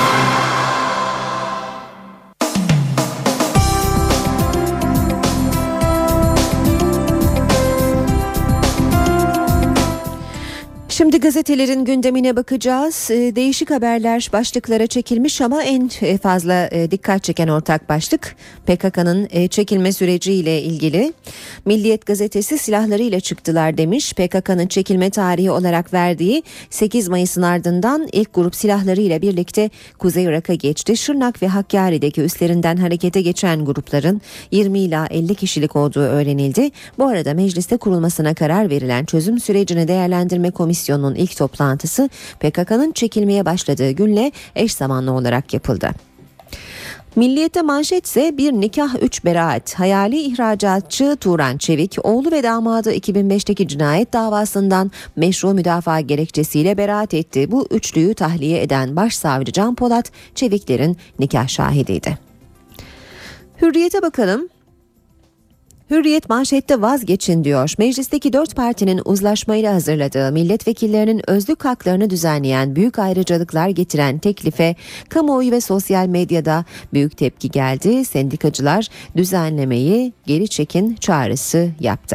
S2: Şimdi gazetelerin gündemine bakacağız. Değişik haberler başlıklara çekilmiş ama en fazla dikkat çeken ortak başlık PKK'nın çekilme süreciyle ilgili. Milliyet gazetesi silahlarıyla çıktılar demiş. PKK'nın çekilme tarihi olarak verdiği 8 Mayıs'ın ardından ilk grup silahlarıyla birlikte Kuzey Irak'a geçti. Şırnak ve Hakkari'deki üslerinden harekete geçen grupların 20 ila 50 kişilik olduğu öğrenildi. Bu arada mecliste kurulmasına karar verilen çözüm sürecini değerlendirme komisyonu ilk toplantısı PKK'nın çekilmeye başladığı günle eş zamanlı olarak yapıldı. Milliyet'te manşetse bir nikah 3 beraat. Hayali ihracatçı Turan Çevik, oğlu ve damadı 2005'teki cinayet davasından meşru müdafaa gerekçesiyle beraat etti. Bu üçlüyü tahliye eden Başsavcı Can Polat, Çeviklerin nikah şahidiydi. Hürriyet'e bakalım. Hürriyet manşette vazgeçin diyor. Meclisteki 4 partinin uzlaşmayla hazırladığı milletvekillerinin özlük haklarını düzenleyen büyük ayrıcalıklar getiren teklife kamuoyu ve sosyal medyada büyük tepki geldi. Sendikacılar düzenlemeyi geri çekin çağrısı yaptı.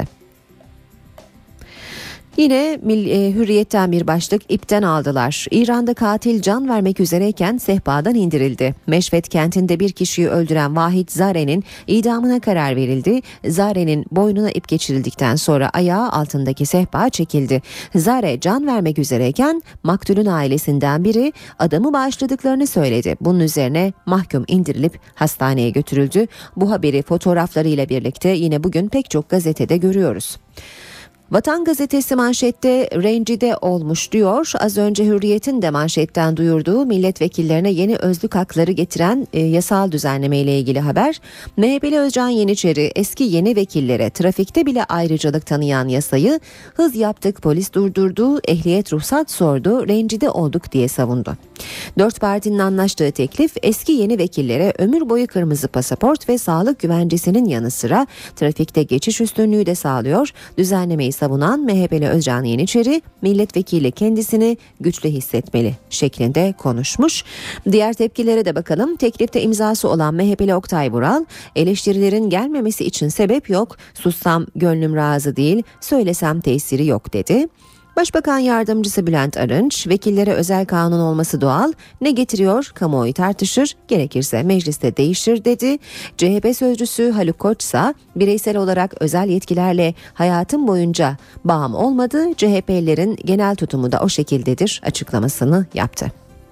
S2: Yine Hürriyet'ten bir başlık, ipten aldılar. İran'da katil can vermek üzereyken sehpadan indirildi. Meşvet kentinde bir kişiyi öldüren Vahit Zare'nin idamına karar verildi. Zare'nin boynuna ip geçirildikten sonra ayağı altındaki sehpa çekildi. Zare can vermek üzereyken maktulün ailesinden biri adamı bağışladıklarını söyledi. Bunun üzerine mahkum indirilip hastaneye götürüldü. Bu haberi fotoğraflarıyla birlikte yine bugün pek çok gazetede görüyoruz. Vatan gazetesi manşette rencide olmuş diyor. Az önce Hürriyet'in de manşetten duyurduğu milletvekillerine yeni özlük hakları getiren yasal düzenleme ile ilgili haber. MHP'li Özcan Yeniçeri eski yeni vekillere trafikte bile ayrıcalık tanıyan yasayı hız yaptık, polis durdurdu, ehliyet ruhsat sordu, rencide olduk diye savundu. 4 partinin anlaştığı teklif eski yeni vekillere ömür boyu kırmızı pasaport ve sağlık güvencesinin yanı sıra trafikte geçiş üstünlüğü de sağlıyor. Düzenlemeyi savunan MHP'li Özcan Yeniçeri, milletvekili kendisini güçlü hissetmeli şeklinde konuşmuş. Diğer tepkilere de bakalım. Teklifte imzası olan MHP'li Oktay Vural, eleştirilerin gelmemesi için sebep yok, sussam gönlüm razı değil, söylesem tesiri yok dedi. Başbakan Yardımcısı Bülent Arınç, vekillere özel kanun olması doğal, ne getiriyor kamuoyu tartışır, gerekirse mecliste değişir dedi. CHP sözcüsü Haluk Koç ise bireysel olarak özel yetkilerle hayatım boyunca bağım olmadı, CHP'lilerin genel tutumu da o şekildedir açıklamasını yaptı.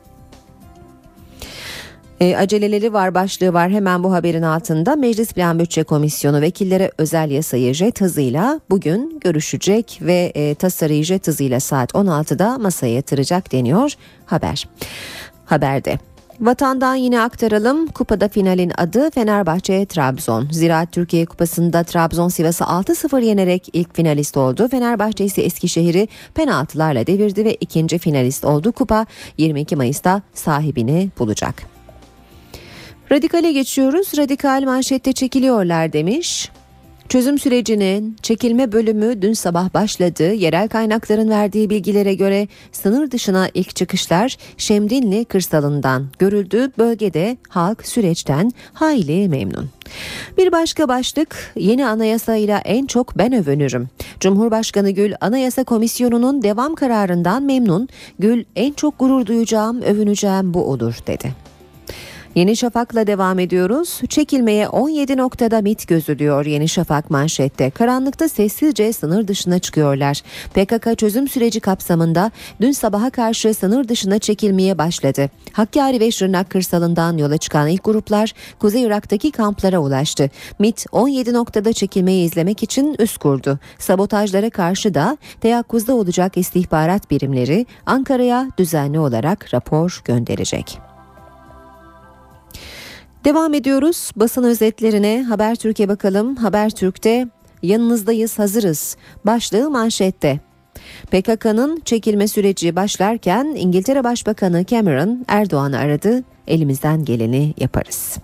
S2: Aceleleri var başlığı var hemen bu haberin altında. Meclis Plan Bütçe Komisyonu vekillere özel yasayı jet hızıyla bugün görüşecek ve tasarıyı jet hızıyla saat 16'da masaya yatıracak deniyor haberde. Vatandan yine aktaralım. Kupada finalin adı Fenerbahçe-Trabzon. Ziraat Türkiye Kupası'nda Trabzon Sivas'ı 6-0 yenerek ilk finalist oldu. Fenerbahçe ise Eskişehir'i penaltılarla devirdi ve ikinci finalist oldu. Kupa 22 Mayıs'ta sahibini bulacak. Radikale geçiyoruz. Radikal manşette çekiliyorlar demiş. Çözüm sürecinin çekilme bölümü dün sabah başladı. Yerel kaynakların verdiği bilgilere göre sınır dışına ilk çıkışlar Şemdinli kırsalından görüldü. Bölgede halk süreçten hayli memnun. Bir başka başlık, yeni anayasayla en çok ben övünürüm. Cumhurbaşkanı Gül Anayasa Komisyonu'nun devam kararından memnun. Gül en çok gurur duyacağım, övüneceğim bu olur dedi. Yeni Şafak'la devam ediyoruz. Çekilmeye 17 noktada MİT gözülüyor Yeni Şafak manşette. Karanlıkta sessizce sınır dışına çıkıyorlar. PKK çözüm süreci kapsamında dün sabaha karşı sınır dışına çekilmeye başladı. Hakkari ve Şırnak kırsalından yola çıkan ilk gruplar Kuzey Irak'taki kamplara ulaştı. MİT 17 noktada çekilmeyi izlemek için üs kurdu. Sabotajlara karşı da teyakkuzda olacak istihbarat birimleri Ankara'ya düzenli olarak rapor gönderecek. Devam ediyoruz basın özetlerine. Habertürk'e bakalım. Habertürk'te yanınızdayız, hazırız başlığı manşette. PKK'nın çekilme süreci başlarken İngiltere Başbakanı Cameron Erdoğan'ı aradı. Elimizden geleni yaparız.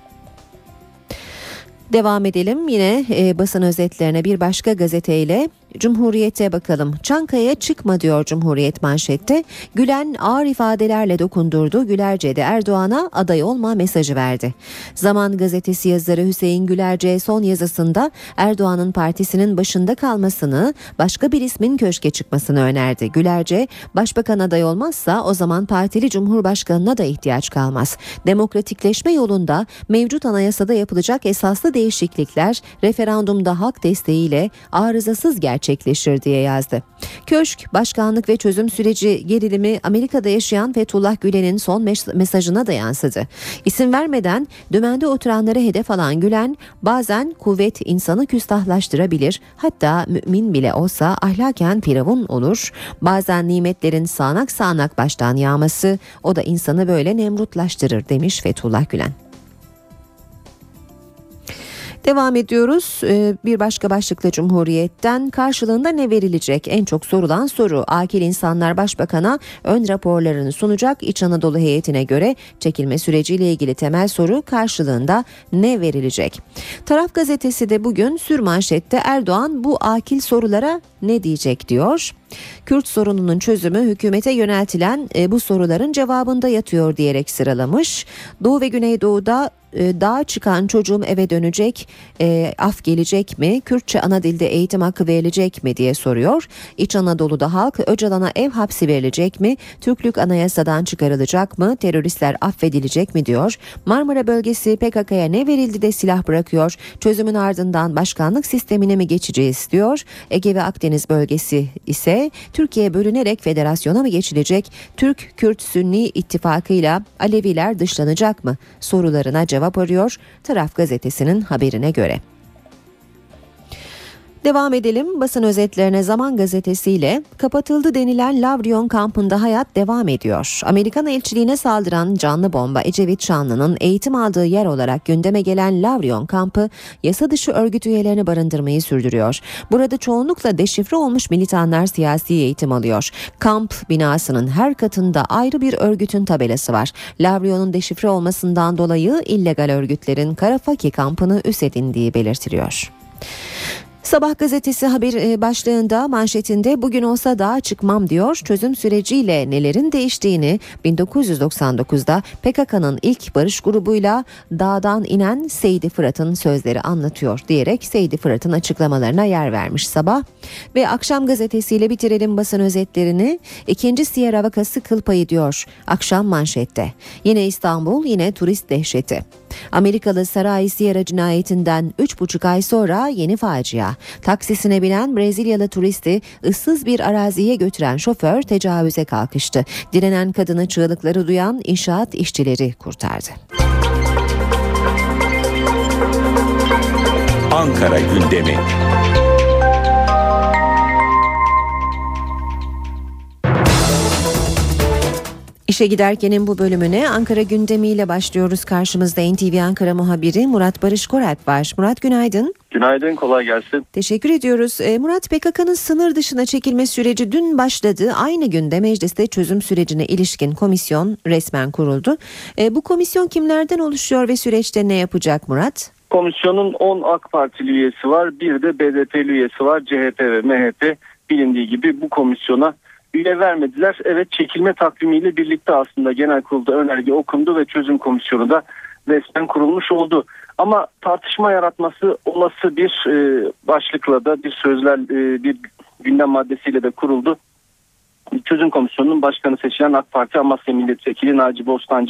S2: Devam edelim yine basın özetlerine bir başka gazeteyle. Cumhuriyet'e bakalım. Çankaya'ya çıkma diyor Cumhuriyet manşette. Gülen ağır ifadelerle dokundurdu. Gülerce de Erdoğan'a aday olma mesajı verdi. Zaman gazetesi yazarı Hüseyin Gülerce son yazısında Erdoğan'ın partisinin başında kalmasını, başka bir ismin köşke çıkmasını önerdi. Gülerce, başbakan aday olmazsa o zaman partili cumhurbaşkanına da ihtiyaç kalmaz. Demokratikleşme yolunda mevcut anayasada yapılacak esaslı değişiklikler referandumda halk desteğiyle arızasız gerçekleşir diye yazdı. Köşk, başkanlık ve çözüm süreci gerilimi Amerika'da yaşayan Fethullah Gülen'in son mesajına da yansıdı. İsim vermeden dümende oturanları hedef alan Gülen, bazen kuvvet insanı küstahlaştırabilir, hatta mümin bile olsa ahlaken firavun olur, bazen nimetlerin sağanak sağanak baştan yağması, o da insanı böyle nemrutlaştırır demiş Fethullah Gülen. Devam ediyoruz. Bir başka başlıkla Cumhuriyet'ten karşılığında ne verilecek? En çok sorulan soru. Akil insanlar Başbakan'a ön raporlarını sunacak. İç Anadolu heyetine göre çekilme süreciyle ilgili temel soru karşılığında ne verilecek? Taraf gazetesi de bugün sürmanşette Erdoğan bu akil sorulara ne diyecek diyor. Kürt sorununun çözümü hükümete yöneltilen bu soruların cevabında yatıyor diyerek sıralamış. Doğu ve Güneydoğu'da dağa çıkan çocuğum eve dönecek, af gelecek mi? Kürtçe ana dilde eğitim hakkı verilecek mi diye soruyor. İç Anadolu'da halk Öcalan'a ev hapsi verilecek mi? Türklük anayasadan çıkarılacak mı? Teröristler affedilecek mi diyor. Marmara bölgesi PKK'ya ne verildi de silah bırakıyor? Çözümün ardından başkanlık sistemine mi geçeceğiz diyor. Ege ve Akdeniz bölgesi ise Türkiye bölünerek federasyona mı geçilecek? Türk-Kürt-Sünni ittifakıyla Aleviler dışlanacak mı? Sorularına cevap arıyor Taraf gazetesinin haberine göre. Devam edelim basın özetlerine. Zaman gazetesiyle kapatıldı denilen Lavrion kampında hayat devam ediyor. Amerikan elçiliğine saldıran canlı bomba Ecevit Şanlı'nın eğitim aldığı yer olarak gündeme gelen Lavrion kampı yasa dışı örgüt üyelerini barındırmayı sürdürüyor. Burada çoğunlukla deşifre olmuş militanlar siyasi eğitim alıyor. Kamp binasının her katında ayrı bir örgütün tabelası var. Lavrion'un deşifre olmasından dolayı illegal örgütlerin Karafaki kampını üs edindiği belirtiliyor. Sabah gazetesi haber başlığında manşetinde bugün olsa dağa çıkmam diyor. Çözüm süreciyle nelerin değiştiğini 1999'da PKK'nın ilk barış grubuyla dağdan inen Seydi Fırat'ın sözleri anlatıyor diyerek Seydi Fırat'ın açıklamalarına yer vermiş Sabah. Ve Akşam gazetesiyle bitirelim basın özetlerini. İkinci Sierra vakası kıl payı diyor Akşam manşette. Yine İstanbul, yine turist dehşeti. Amerikalı Sarai Sierra cinayetinden 3,5 ay sonra yeni facia. Taksisine binen Brezilyalı turisti ıssız bir araziye götüren şoför tecavüze kalkıştı. Direnen kadını çığlıkları duyan inşaat işçileri kurtardı.
S1: Ankara gündemi.
S2: İşe giderkenin bu bölümüne Ankara gündemiyle başlıyoruz. Karşımızda NTV Ankara muhabiri Murat Barış Korak var. Murat günaydın.
S21: Günaydın, kolay gelsin.
S2: Teşekkür ediyoruz. Murat, PKK'nın sınır dışına çekilme süreci dün başladı. Aynı günde mecliste çözüm sürecine ilişkin komisyon resmen kuruldu. Bu komisyon kimlerden oluşuyor ve süreçte ne yapacak Murat?
S21: Komisyonun 10 AK Partili üyesi var, bir de BDP'li üyesi var. CHP ve MHP bilindiği gibi bu komisyona üye vermediler. Evet, çekilme takvimiyle birlikte aslında genel kurulda önerge okundu ve çözüm komisyonu da resmen kurulmuş oldu. Ama tartışma yaratması olası bir başlıkla da bir sözler bir gündem maddesiyle de kuruldu. Çözüm komisyonunun başkanı seçilen AK Parti Amasya Milletvekili Naci Bostancı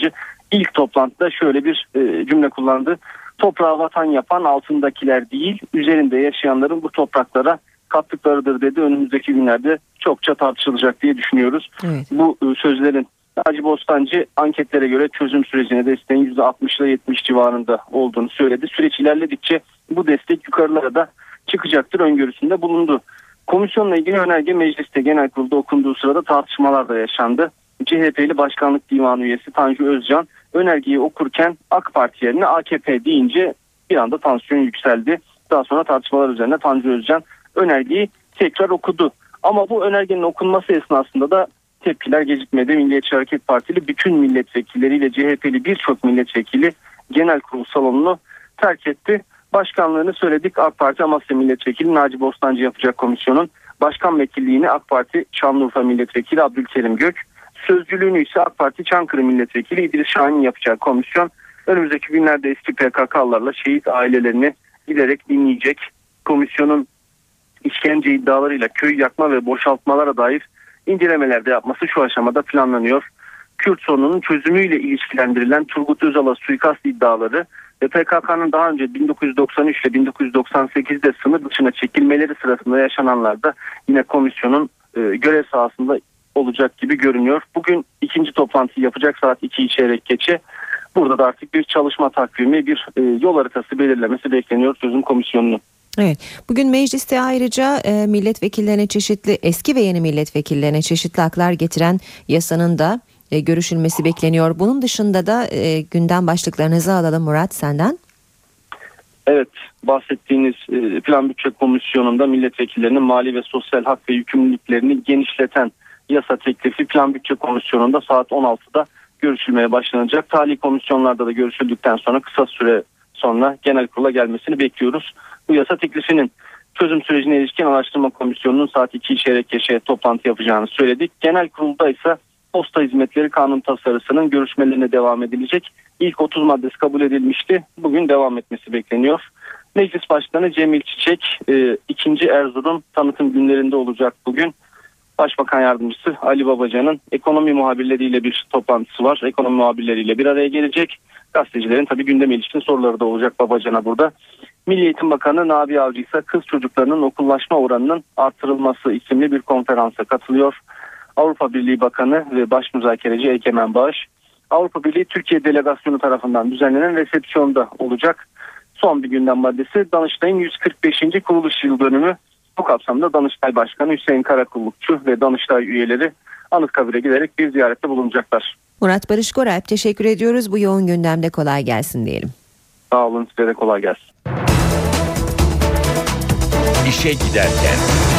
S21: İlk toplantıda şöyle bir cümle kullandı. Toprağı vatan yapan altındakiler değil, üzerinde yaşayanların bu topraklara kattıklarıdır dedi. Önümüzdeki günlerde çokça tartışılacak diye düşünüyoruz.
S2: Evet.
S21: Bu sözlerin Naci Bostancı anketlere göre çözüm sürecine desteğin %60 ile 70 civarında olduğunu söyledi. Süreç ilerledikçe bu destek yukarılara da çıkacaktır öngörüsünde bulundu. Komisyonla ilgili önerge mecliste genel kurulda okunduğu sırada tartışmalar da yaşandı. CHP'li Başkanlık Divanı üyesi Tanju Özcan önergeyi okurken AK Parti yerine AKP deyince bir anda tansiyon yükseldi. Daha sonra tartışmalar üzerine Tanju Özcan önergeyi tekrar okudu. Ama bu önergenin okunması esnasında da tepkiler gecikmedi. Milliyetçi Hareket Partili bütün milletvekilleriyle CHP'li birçok milletvekili genel kurul salonunu terk etti. Başkanlığını söyledik. AK Parti Amasya Milletvekili Naci Bostancı yapacak komisyonun. Başkan vekilliğini AK Parti Şanlıurfa Milletvekili Abdülkerim Gök. Sözcülüğünü ise AK Parti Çankırı Milletvekili İdris Şahin yapacak komisyon. Önümüzdeki günlerde eski PKK'larla şehit ailelerini giderek dinleyecek. Komisyonun işkence iddialarıyla köy yakma ve boşaltmalara dair incelemelerde yapması şu aşamada planlanıyor. Kürt sorununun çözümüyle ilişkilendirilen Turgut Özal'a suikast iddiaları ve PKK'nın daha önce 1993 ile 1998'de sınır dışına çekilmeleri sırasında yaşananlar da yine komisyonun görev sahasında olacak gibi görünüyor. Bugün ikinci toplantıyı yapacak saat 2'yi çeyrek geçe. Burada da artık bir çalışma takvimi, bir yol haritası belirlemesi bekleniyor çözüm komisyonunun.
S2: Evet. Bugün mecliste ayrıca milletvekillerine çeşitli eski ve yeni milletvekillerine çeşitli haklar getiren yasanın da görüşülmesi bekleniyor. Bunun dışında da gündem başlıklarınızı alalım Murat senden.
S21: Evet, bahsettiğiniz Plan Bütçe Komisyonu'nda milletvekillerinin mali ve sosyal hak ve yükümlülüklerini genişleten yasa teklifi Plan Bütçe Komisyonu'nda saat 16'da görüşülmeye başlanacak. Tali komisyonlarda da görüşüldükten sonra kısa süre sonra genel kurula gelmesini bekliyoruz. Bu yasa teklifinin çözüm sürecine ilişkin araştırma komisyonunun saat 2'yi çeyrek geçe toplantı yapacağını söyledik. Genel kurulda ise posta hizmetleri kanun tasarısının görüşmelerine devam edilecek. İlk 30 maddesi kabul edilmişti. Bugün devam etmesi bekleniyor. Meclis Başkanı Cemil Çiçek 2. Erzurum tanıtım günlerinde olacak bugün. Başbakan Yardımcısı Ali Babacan'ın ekonomi muhabirleriyle bir toplantısı var. Ekonomi muhabirleriyle bir araya gelecek. Gazetecilerin tabii gündeme ilişkin soruları da olacak Babacan'a burada. Milli Eğitim Bakanı Nabi Avcı ise kız çocuklarının okullaşma oranının artırılması isimli bir konferansa katılıyor. Avrupa Birliği Bakanı ve Baş Müzakereci Egemen Bağış, Avrupa Birliği Türkiye Delegasyonu tarafından düzenlenen resepsiyonda olacak. Son bir gündem maddesi Danıştay'ın 145. kuruluş yıl dönümü. Bu kapsamda Danıştay Başkanı Hüseyin Karakullukçu ve Danıştay üyeleri Anıtkabir'e giderek bir ziyarette bulunacaklar.
S2: Murat Barış Goralp teşekkür ediyoruz. Bu yoğun gündemde kolay gelsin diyelim.
S21: Sağ olun, size de kolay gelsin.
S1: İşe giderken.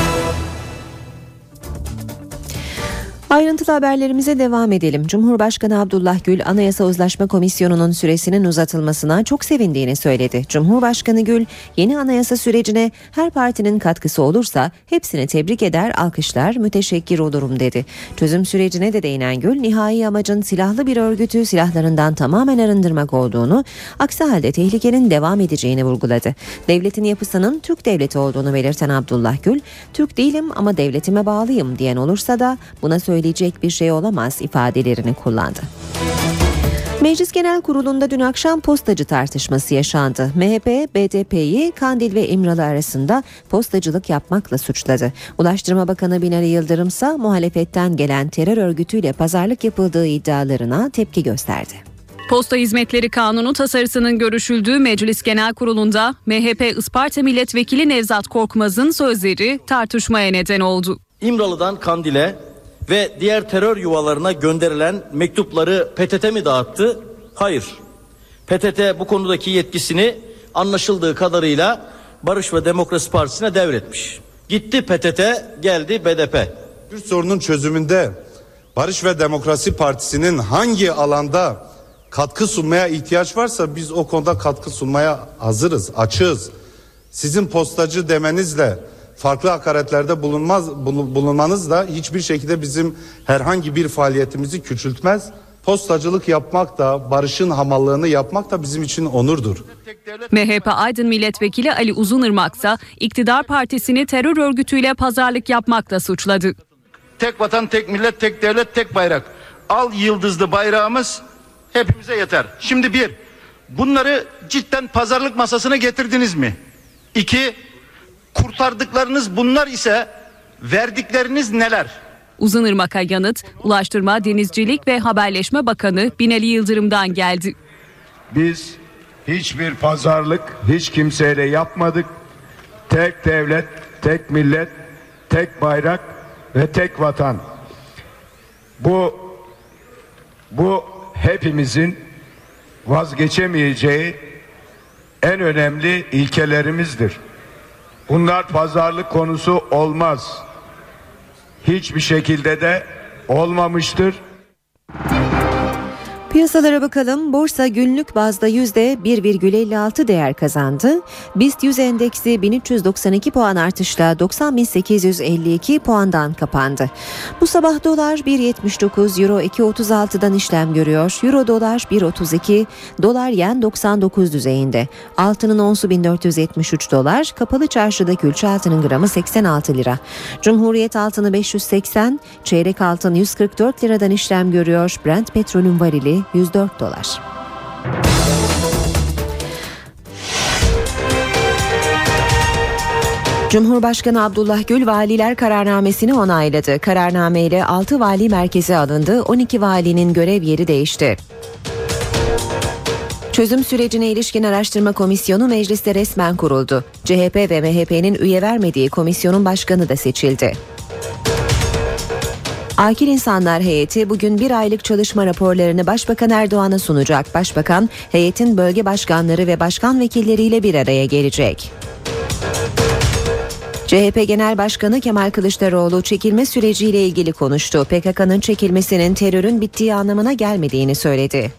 S2: Ayrıntılı haberlerimize devam edelim. Cumhurbaşkanı Abdullah Gül, Anayasa Uzlaşma Komisyonu'nun süresinin uzatılmasına çok sevindiğini söyledi. Cumhurbaşkanı Gül, yeni anayasa sürecine her partinin katkısı olursa hepsini tebrik eder, alkışlar, müteşekkir olurum dedi. Çözüm sürecine de değinen Gül, nihai amacın silahlı bir örgütü silahlarından tamamen arındırmak olduğunu, aksi halde tehlikenin devam edeceğini vurguladı. Devletin yapısının Türk devleti olduğunu belirten Abdullah Gül, Türk değilim ama devletime bağlıyım diyen olursa da buna söyleyecek bir şey olamaz ifadelerini kullandı. Meclis Genel Kurulu'nda dün akşam postacı tartışması yaşandı. MHP, BDP'yi Kandil ve İmralı arasında postacılık yapmakla suçladı. Ulaştırma Bakanı Binali Yıldırım ise muhalefetten gelen terör örgütüyle pazarlık yapıldığı iddialarına tepki gösterdi.
S4: Posta Hizmetleri Kanunu tasarısının görüşüldüğü Meclis Genel Kurulu'nda MHP Isparta Milletvekili Nevzat Korkmaz'ın sözleri tartışmaya neden oldu.
S5: İmralı'dan Kandil'e ve diğer terör yuvalarına gönderilen mektupları PTT mi dağıttı? Hayır. PTT bu konudaki yetkisini anlaşıldığı kadarıyla Barış ve Demokrasi Partisi'ne devretmiş. Gitti PTT, geldi BDP.
S22: Kürt sorunun çözümünde Barış ve Demokrasi Partisi'nin hangi alanda katkı sunmaya ihtiyaç varsa biz o konuda katkı sunmaya hazırız, açığız. Sizin postacı demenizle farklı hakaretlerde bulunmanız da hiçbir şekilde bizim herhangi bir faaliyetimizi küçültmez. Postacılık yapmak da, barışın hamallığını yapmak da bizim için onurdur.
S4: MHP Aydın Milletvekili Ali Uzunırmak ise iktidar partisini terör örgütüyle pazarlık yapmakla suçladı.
S5: Tek vatan, tek millet, tek devlet, tek bayrak. Al yıldızlı bayrağımız,
S6: hepimize yeter. Şimdi bir, bunları cidden pazarlık masasına getirdiniz mi? İki, kurtardıklarınız bunlar ise verdikleriniz neler?
S4: Uzunırmak'a yanıt, Ulaştırma, Denizcilik ve Haberleşme Bakanı Binali Yıldırım'dan geldi.
S7: Biz hiçbir pazarlık hiç kimseyle yapmadık. Tek devlet, tek millet, tek bayrak ve tek vatan. Bu hepimizin vazgeçemeyeceği en önemli ilkelerimizdir. Bunlar pazarlık konusu olmaz. Hiçbir şekilde de olmamıştır.
S2: Piyasalara bakalım. Borsa günlük bazda %1,56 değer kazandı. BIST 100 endeksi 1392 puan artışla 90.852 puandan kapandı. Bu sabah dolar 1.79, euro 2.36'dan işlem görüyor. Euro dolar 1.32, dolar yen 99 düzeyinde. Altının onsu 1473 dolar, kapalı çarşıda külçe altının gramı 86 lira. Cumhuriyet altını 580, çeyrek altın 144 liradan işlem görüyor. Brent petrolün varili 104 dolar. Cumhurbaşkanı Abdullah Gül valiler kararnamesini onayladı. Kararnameyle 6 vali merkeze alındı, 12 valinin görev yeri değişti. Çözüm sürecine ilişkin araştırma komisyonu mecliste resmen kuruldu. CHP ve MHP'nin üye vermediği komisyonun başkanı da seçildi. Akil İnsanlar Heyeti bugün bir aylık çalışma raporlarını Başbakan Erdoğan'a sunacak. Başbakan, heyetin bölge başkanları ve başkan vekilleriyle bir araya gelecek. CHP Genel Başkanı Kemal Kılıçdaroğlu çekilme süreciyle ilgili konuştu. PKK'nın çekilmesinin terörün bittiği anlamına gelmediğini söyledi.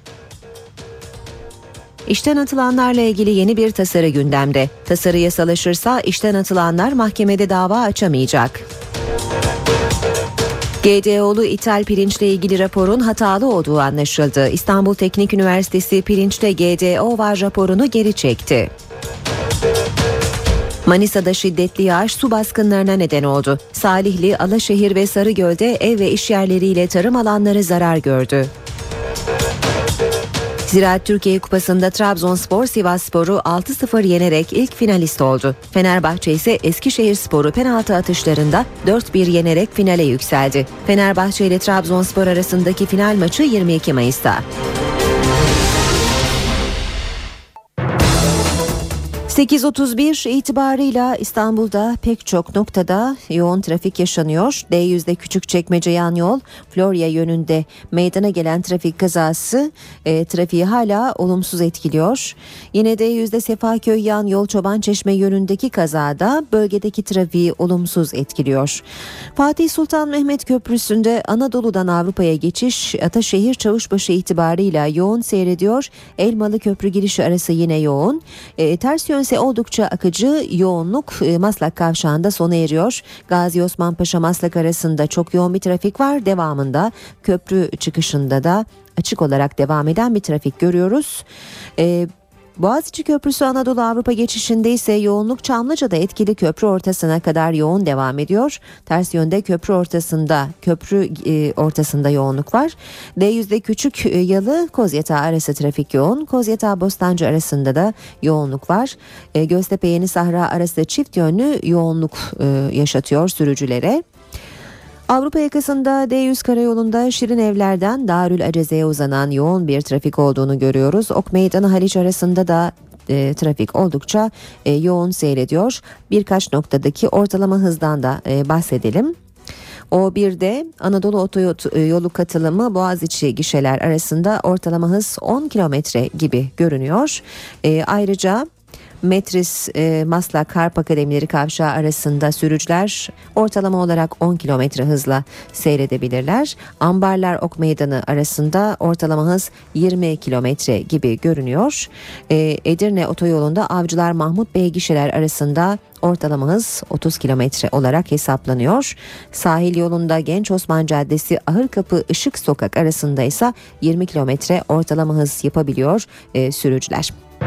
S2: İşten atılanlarla ilgili yeni bir tasarı gündemde. Tasarı yasalaşırsa işten atılanlar mahkemede dava açamayacak. GDO'lu ithal pirinçle ilgili raporun hatalı olduğu anlaşıldı. İstanbul Teknik Üniversitesi pirinçte GDO var raporunu geri çekti. Manisa'da şiddetli yağış su baskınlarına neden oldu. Salihli, Alaşehir ve Sarıgöl'de ev ve iş yerleriyle tarım alanları zarar gördü. Ziraat Türkiye Kupası'nda Trabzonspor Sivasspor'u 6-0 yenerek ilk finalist oldu. Fenerbahçe ise Eskişehirspor'u penaltı atışlarında 4-1 yenerek finale yükseldi. Fenerbahçe ile Trabzonspor arasındaki final maçı 22 Mayıs'ta. 8.31 itibarıyla İstanbul'da pek çok noktada yoğun trafik yaşanıyor. D100'de Küçükçekmece yan yol, Florya yönünde meydana gelen trafik kazası trafiği hala olumsuz etkiliyor. Yine D100'de Sefaköy yan yol Çobançeşme yönündeki kazada bölgedeki trafiği olumsuz etkiliyor. Fatih Sultan Mehmet Köprüsü'nde Anadolu'dan Avrupa'ya geçiş Ataşehir Çavuşbaşı itibarıyla yoğun seyrediyor. Elmalı Köprü girişi arası yine yoğun. Ters yön ise oldukça akıcı, yoğunluk Maslak kavşağında sona eriyor. Gazi Osman Paşa Maslak arasında çok yoğun bir trafik var. Devamında köprü çıkışında da açık olarak devam eden bir trafik görüyoruz. Boğaziçi Köprüsü Anadolu Avrupa geçişinde ise yoğunluk Çamlıca'da etkili köprü ortasına kadar yoğun devam ediyor. Ters yönde köprü ortasında yoğunluk var. D100'de Küçük Yalı Kozyatağı arası trafik yoğun. Kozyatağı Bostancı arasında da yoğunluk var. Göztepe Yeni Sahra arası çift yönlü yoğunluk yaşatıyor sürücülere. Avrupa yakasında D100 karayolunda Şirin Evler'den Darül Aceze'ye uzanan yoğun bir trafik olduğunu görüyoruz. Ok Meydanı Haliç arasında da trafik oldukça yoğun seyrediyor. Birkaç noktadaki ortalama hızdan da bahsedelim. O1'de Anadolu Otoyolu katılımı Boğaziçi gişeler arasında ortalama hız 10 kilometre gibi görünüyor. Ayrıca Metris Maslak Harp Akademileri kavşağı arasında sürücüler ortalama olarak 10 kilometre hızla seyredebilirler. Ambarlar Ok Meydanı arasında ortalama hız 20 kilometre gibi görünüyor. Edirne Otoyolu'nda Avcılar Mahmut Bey gişeler arasında ortalama hız 30 kilometre olarak hesaplanıyor. Sahil yolunda Genç Osman Caddesi Ahırkapı Işık Sokak arasında ise 20 kilometre ortalama hız yapabiliyor sürücüler.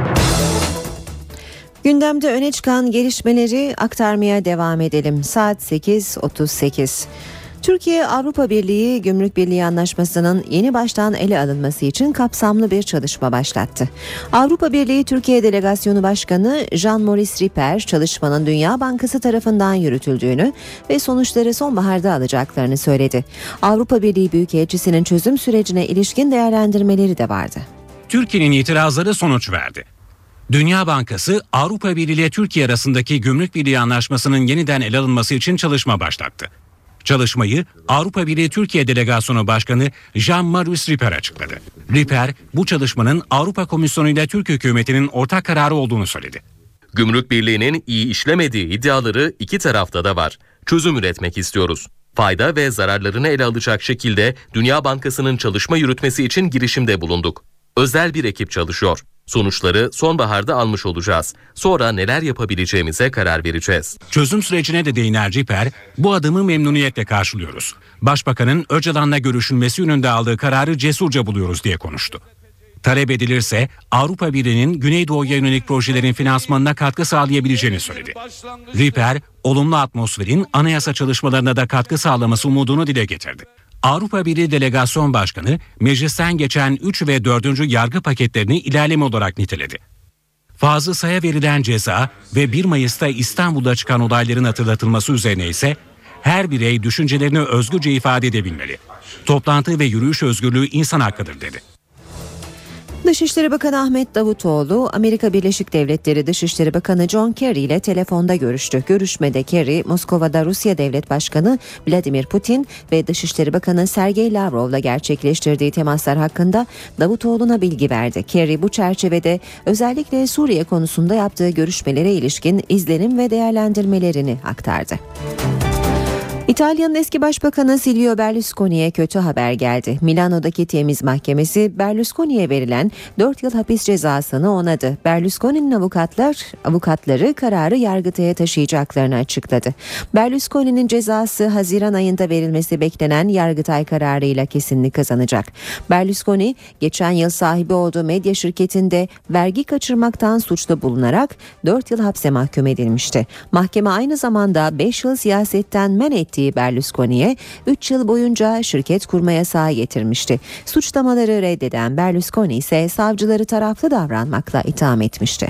S2: Gündemde öne çıkan gelişmeleri aktarmaya devam edelim. Saat 8.38. Türkiye-Avrupa Birliği Gümrük Birliği Anlaşması'nın yeni baştan ele alınması için kapsamlı bir çalışma başlattı. Avrupa Birliği Türkiye Delegasyonu Başkanı Jean-Maurice Ripper, çalışmanın Dünya Bankası tarafından yürütüldüğünü ve sonuçları sonbaharda alacaklarını söyledi. Avrupa Birliği Büyükelçisi'nin çözüm sürecine ilişkin değerlendirmeleri de vardı.
S8: Türkiye'nin itirazları sonuç verdi. Dünya Bankası, Avrupa Birliği ile Türkiye arasındaki Gümrük Birliği Anlaşması'nın yeniden ele alınması için çalışma başlattı. Çalışmayı Avrupa Birliği Türkiye Delegasyonu Başkanı Jean-Maurice Ripper açıkladı. Ripper, bu çalışmanın Avrupa Komisyonu ile Türk hükümetinin ortak kararı olduğunu söyledi.
S10: Gümrük Birliği'nin iyi işlemediği iddiaları iki tarafta da var. Çözüm üretmek istiyoruz. Fayda ve zararlarını ele alacak şekilde Dünya Bankası'nın çalışma yürütmesi için girişimde bulunduk. Özel bir ekip çalışıyor. Sonuçları sonbaharda almış olacağız. Sonra neler yapabileceğimize karar vereceğiz.
S8: Çözüm sürecine de değinen Ripper, bu adımı memnuniyetle karşılıyoruz. Başbakanın Öcalan'la görüşülmesi yönünde aldığı kararı cesurca buluyoruz diye konuştu. Talep edilirse Avrupa Birliği'nin Güneydoğu'ya yönelik projelerin finansmanına katkı sağlayabileceğini söyledi. Ripper, olumlu atmosferin anayasa çalışmalarına da katkı sağlaması umudunu dile getirdi. Avrupa Birliği Delegasyon Başkanı, meclisten geçen 3 ve 4. yargı paketlerini ilerleme olarak niteledi. Fazıl Say'a verilen ceza ve 1 Mayıs'ta İstanbul'da çıkan olayların hatırlatılması üzerine ise her birey düşüncelerini özgürce ifade edebilmeli. Toplantı ve yürüyüş özgürlüğü insan hakkıdır dedi.
S2: Dışişleri Bakanı Ahmet Davutoğlu, Amerika Birleşik Devletleri Dışişleri Bakanı John Kerry ile telefonda görüştü. Görüşmede Kerry, Moskova'da Rusya Devlet Başkanı Vladimir Putin ve Dışişleri Bakanı Sergey Lavrov'la gerçekleştirdiği temaslar hakkında Davutoğlu'na bilgi verdi. Kerry bu çerçevede özellikle Suriye konusunda yaptığı görüşmelere ilişkin izlenim ve değerlendirmelerini aktardı. İtalya'nın eski başbakanı Silvio Berlusconi'ye kötü haber geldi. Milano'daki temiz mahkemesi Berlusconi'ye verilen 4 yıl hapis cezasını onadı. Berlusconi'nin avukatları kararı Yargıtay'a taşıyacaklarını açıkladı. Berlusconi'nin cezası Haziran ayında verilmesi beklenen Yargıtay kararıyla kesinlik kazanacak. Berlusconi geçen yıl sahibi olduğu medya şirketinde vergi kaçırmaktan suçlu bulunarak 4 yıl hapse mahkum edilmişti. Mahkeme aynı zamanda 5 yıl siyasetten men ettiği Berlusconi'ye 3 yıl boyunca şirket kurma yasağı getirmişti. Suçlamaları reddeden Berlusconi ise savcıları taraflı davranmakla itham etmişti.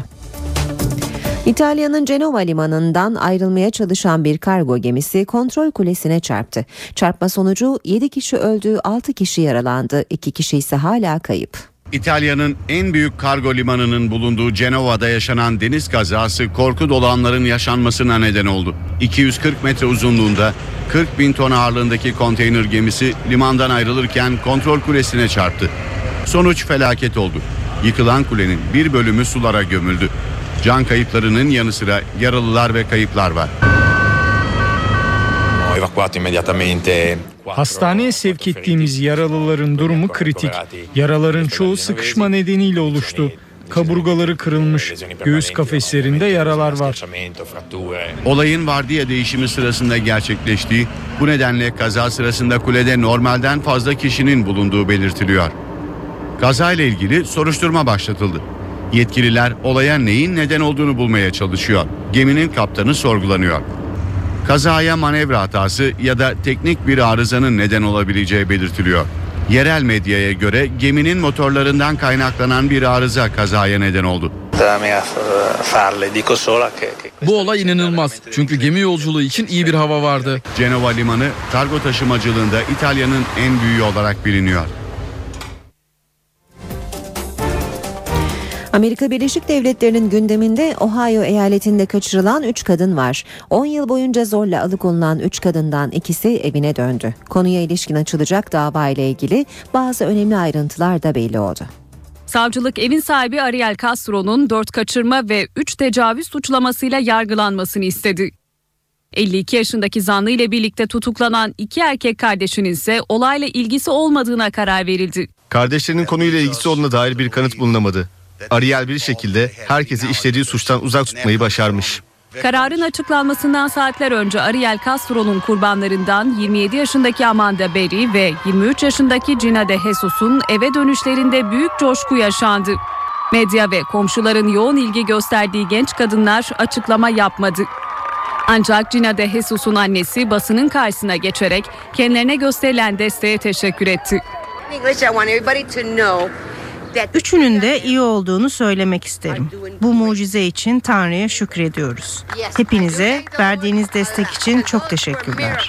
S2: İtalya'nın Cenova limanından ayrılmaya çalışan bir kargo gemisi kontrol kulesine çarptı. Çarpma sonucu 7 kişi öldü, 6 kişi yaralandı, 2 kişi ise hala kayıp.
S15: İtalya'nın en büyük kargo limanının bulunduğu Cenova'da yaşanan deniz kazası korku dolu anların yaşanmasına neden oldu. 240 metre uzunluğunda 40 bin ton ağırlığındaki konteyner gemisi limandan ayrılırken kontrol kulesine çarptı. Sonuç felaket oldu. Yıkılan kulenin bir bölümü sulara gömüldü. Can kayıplarının yanı sıra yaralılar ve kayıplar var.
S11: Hastaneye sevk ettiğimiz yaralıların durumu kritik. Yaraların çoğu sıkışma nedeniyle oluştu. Kaburgaları kırılmış, göğüs kafeslerinde yaralar var.
S15: Olayın vardiya değişimi sırasında gerçekleştiği, bu nedenle kaza sırasında kulede normalden fazla kişinin bulunduğu belirtiliyor. Kazayla ilgili soruşturma başlatıldı. Yetkililer olaya neyin neden olduğunu bulmaya çalışıyor. Geminin kaptanı sorgulanıyor. Kazaya manevra hatası ya da teknik bir arızanın neden olabileceği belirtiliyor. Yerel medyaya göre geminin motorlarından kaynaklanan bir arıza kazaya neden oldu.
S23: Bu olay inanılmaz. Çünkü gemi yolculuğu için iyi bir hava vardı.
S15: Cenova Limanı kargo taşımacılığında İtalya'nın en büyüğü olarak biliniyor.
S2: Amerika Birleşik Devletleri'nin gündeminde Ohio eyaletinde kaçırılan 3 kadın var. 10 yıl boyunca zorla alıkonulan 3 kadından ikisi evine döndü. Konuya ilişkin açılacak dava ile ilgili bazı önemli ayrıntılar da belli oldu.
S4: Savcılık evin sahibi Ariel Castro'nun 4 kaçırma ve 3 tecavüz suçlamasıyla yargılanmasını istedi. 52 yaşındaki zanlı ile birlikte tutuklanan 2 erkek kardeşinin ise olayla ilgisi olmadığına karar verildi.
S24: Kardeşlerinin konuyla ilgisi olduğuna dair bir kanıt bulunamadı. Ariel bir şekilde herkesi işlediği suçtan uzak tutmayı başarmış.
S4: Kararın açıklanmasından saatler önce Ariel Castro'nun kurbanlarından 27 yaşındaki Amanda Berry ve 23 yaşındaki Gina de Jesus'un eve dönüşlerinde büyük coşku yaşandı. Medya ve komşuların yoğun ilgi gösterdiği genç kadınlar açıklama yapmadı. Ancak Gina de Jesus'un annesi basının karşısına geçerek kendilerine gösterilen desteğe teşekkür etti.
S9: Üçünün de iyi olduğunu söylemek isterim. Bu mucize için Tanrı'ya şükrediyoruz. Hepinize verdiğiniz destek için çok teşekkürler.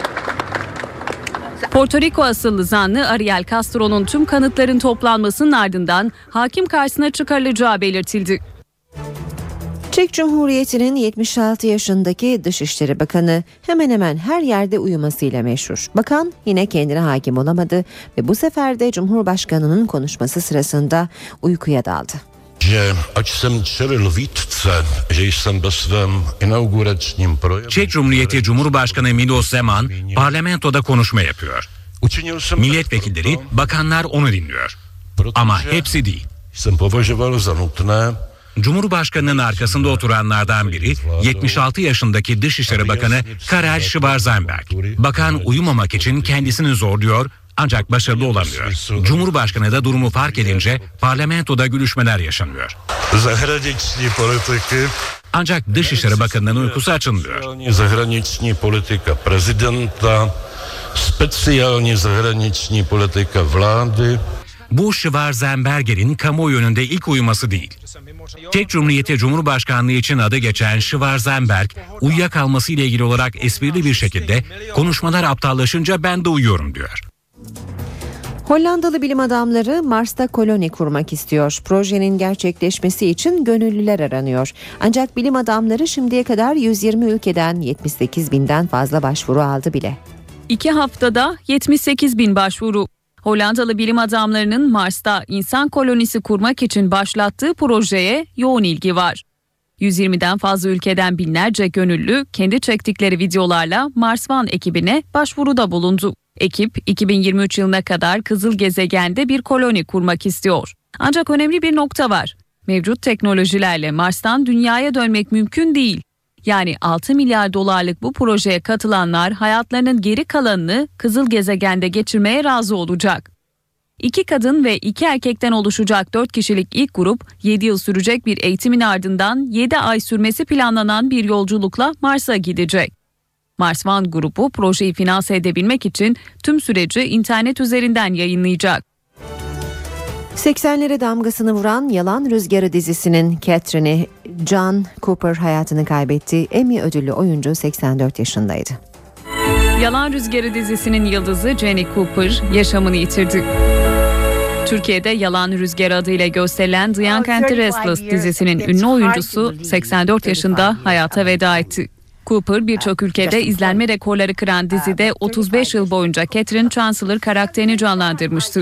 S4: Porto Rico asıllı zanlı Ariel Castro'nun tüm kanıtların toplanmasının ardından hakim karşısına çıkarılacağı belirtildi.
S2: Çek Cumhuriyeti'nin 76 yaşındaki Dışişleri Bakanı hemen hemen her yerde uyumasıyla meşhur. Bakan yine kendine hakim olamadı ve bu sefer de Cumhurbaşkanı'nın konuşması sırasında uykuya daldı.
S8: Çek Cumhuriyeti Cumhurbaşkanı Miloš Zeman parlamentoda konuşma yapıyor. Milletvekilleri, bakanlar onu dinliyor. Ama hepsi değil. Cumhurbaşkanının arkasında oturanlardan biri 76 yaşındaki Dışişleri Bakanı Karel Schwarzenberg. Bakan uyumamak için kendisini zorluyor ancak başarılı olamıyor. Cumhurbaşkanı da durumu fark edince parlamentoda gülüşmeler yaşanıyor. Ancak Dışişleri Bakanı'nın uykusu açılmıyor. Bu Schwarzenberg'in kamuoyu önünde ilk uyuması değil. Çek Cumhuriyeti Cumhurbaşkanlığı için adı geçen Schwarzenberg, uyuyakalması ile ilgili olarak esprili bir şekilde konuşmalar aptallaşınca ben de uyuyorum diyor.
S2: Hollandalı bilim adamları Mars'ta koloni kurmak istiyor. Projenin gerçekleşmesi için gönüllüler aranıyor. Ancak bilim adamları şimdiye kadar 120 ülkeden 78 binden fazla başvuru aldı bile.
S4: 2 haftada 78 bin başvuru. Hollandalı bilim adamlarının Mars'ta insan kolonisi kurmak için başlattığı projeye yoğun ilgi var. 120'den fazla ülkeden binlerce gönüllü kendi çektikleri videolarla Mars One ekibine başvuruda bulundu. Ekip 2023 yılına kadar kızıl gezegende bir koloni kurmak istiyor. Ancak önemli bir nokta var. Mevcut teknolojilerle Mars'tan Dünya'ya dönmek mümkün değil. Yani 6 milyar dolarlık bu projeye katılanlar hayatlarının geri kalanını kızıl gezegende geçirmeye razı olacak. 2 kadın ve 2 erkekten oluşacak 4 kişilik ilk grup 7 yıl sürecek bir eğitimin ardından 7 ay sürmesi planlanan bir yolculukla Mars'a gidecek. Mars One grubu projeyi finanse edebilmek için tüm süreci internet üzerinden yayınlayacak.
S2: 80'lere damgasını vuran Yalan Rüzgarı dizisinin Catherine'i John Cooper hayatını kaybetti. Emmy ödüllü oyuncu 84 yaşındaydı.
S4: Yalan Rüzgarı dizisinin yıldızı Jenny Cooper yaşamını yitirdi. Türkiye'de Yalan Rüzgarı adıyla gösterilen The Young and the Restless dizisinin ünlü oyuncusu 84 yaşında hayata veda etti. Cooper birçok ülkede izlenme rekorları kıran dizide 35 yıl boyunca Catherine Chancellor karakterini canlandırmıştı.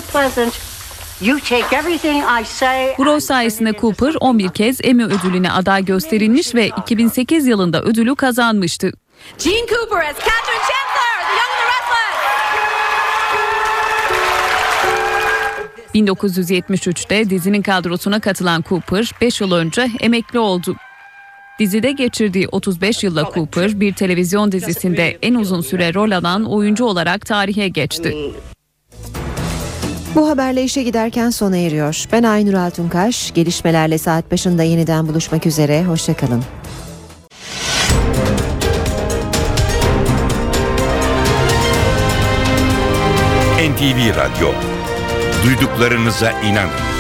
S4: Bu rol sayesinde Cooper 11 kez Emmy ödülüne aday gösterilmiş ve 2008 yılında ödülü kazanmıştı.
S12: Gene Cooper as Catherine Chancellor, The Young and the Restless.
S4: 1973'te dizinin kadrosuna katılan Cooper 5 yıl önce emekli oldu. Dizide geçirdiği 35 yılla Cooper bir televizyon dizisinde en uzun süre rol alan oyuncu olarak tarihe geçti.
S2: Bu haberle işe giderken sona eriyor. Ben Aynur Altunkaş. Gelişmelerle saat başında yeniden buluşmak üzere. Hoşçakalın.
S1: NTV Radyo. Duyduklarınıza inanın.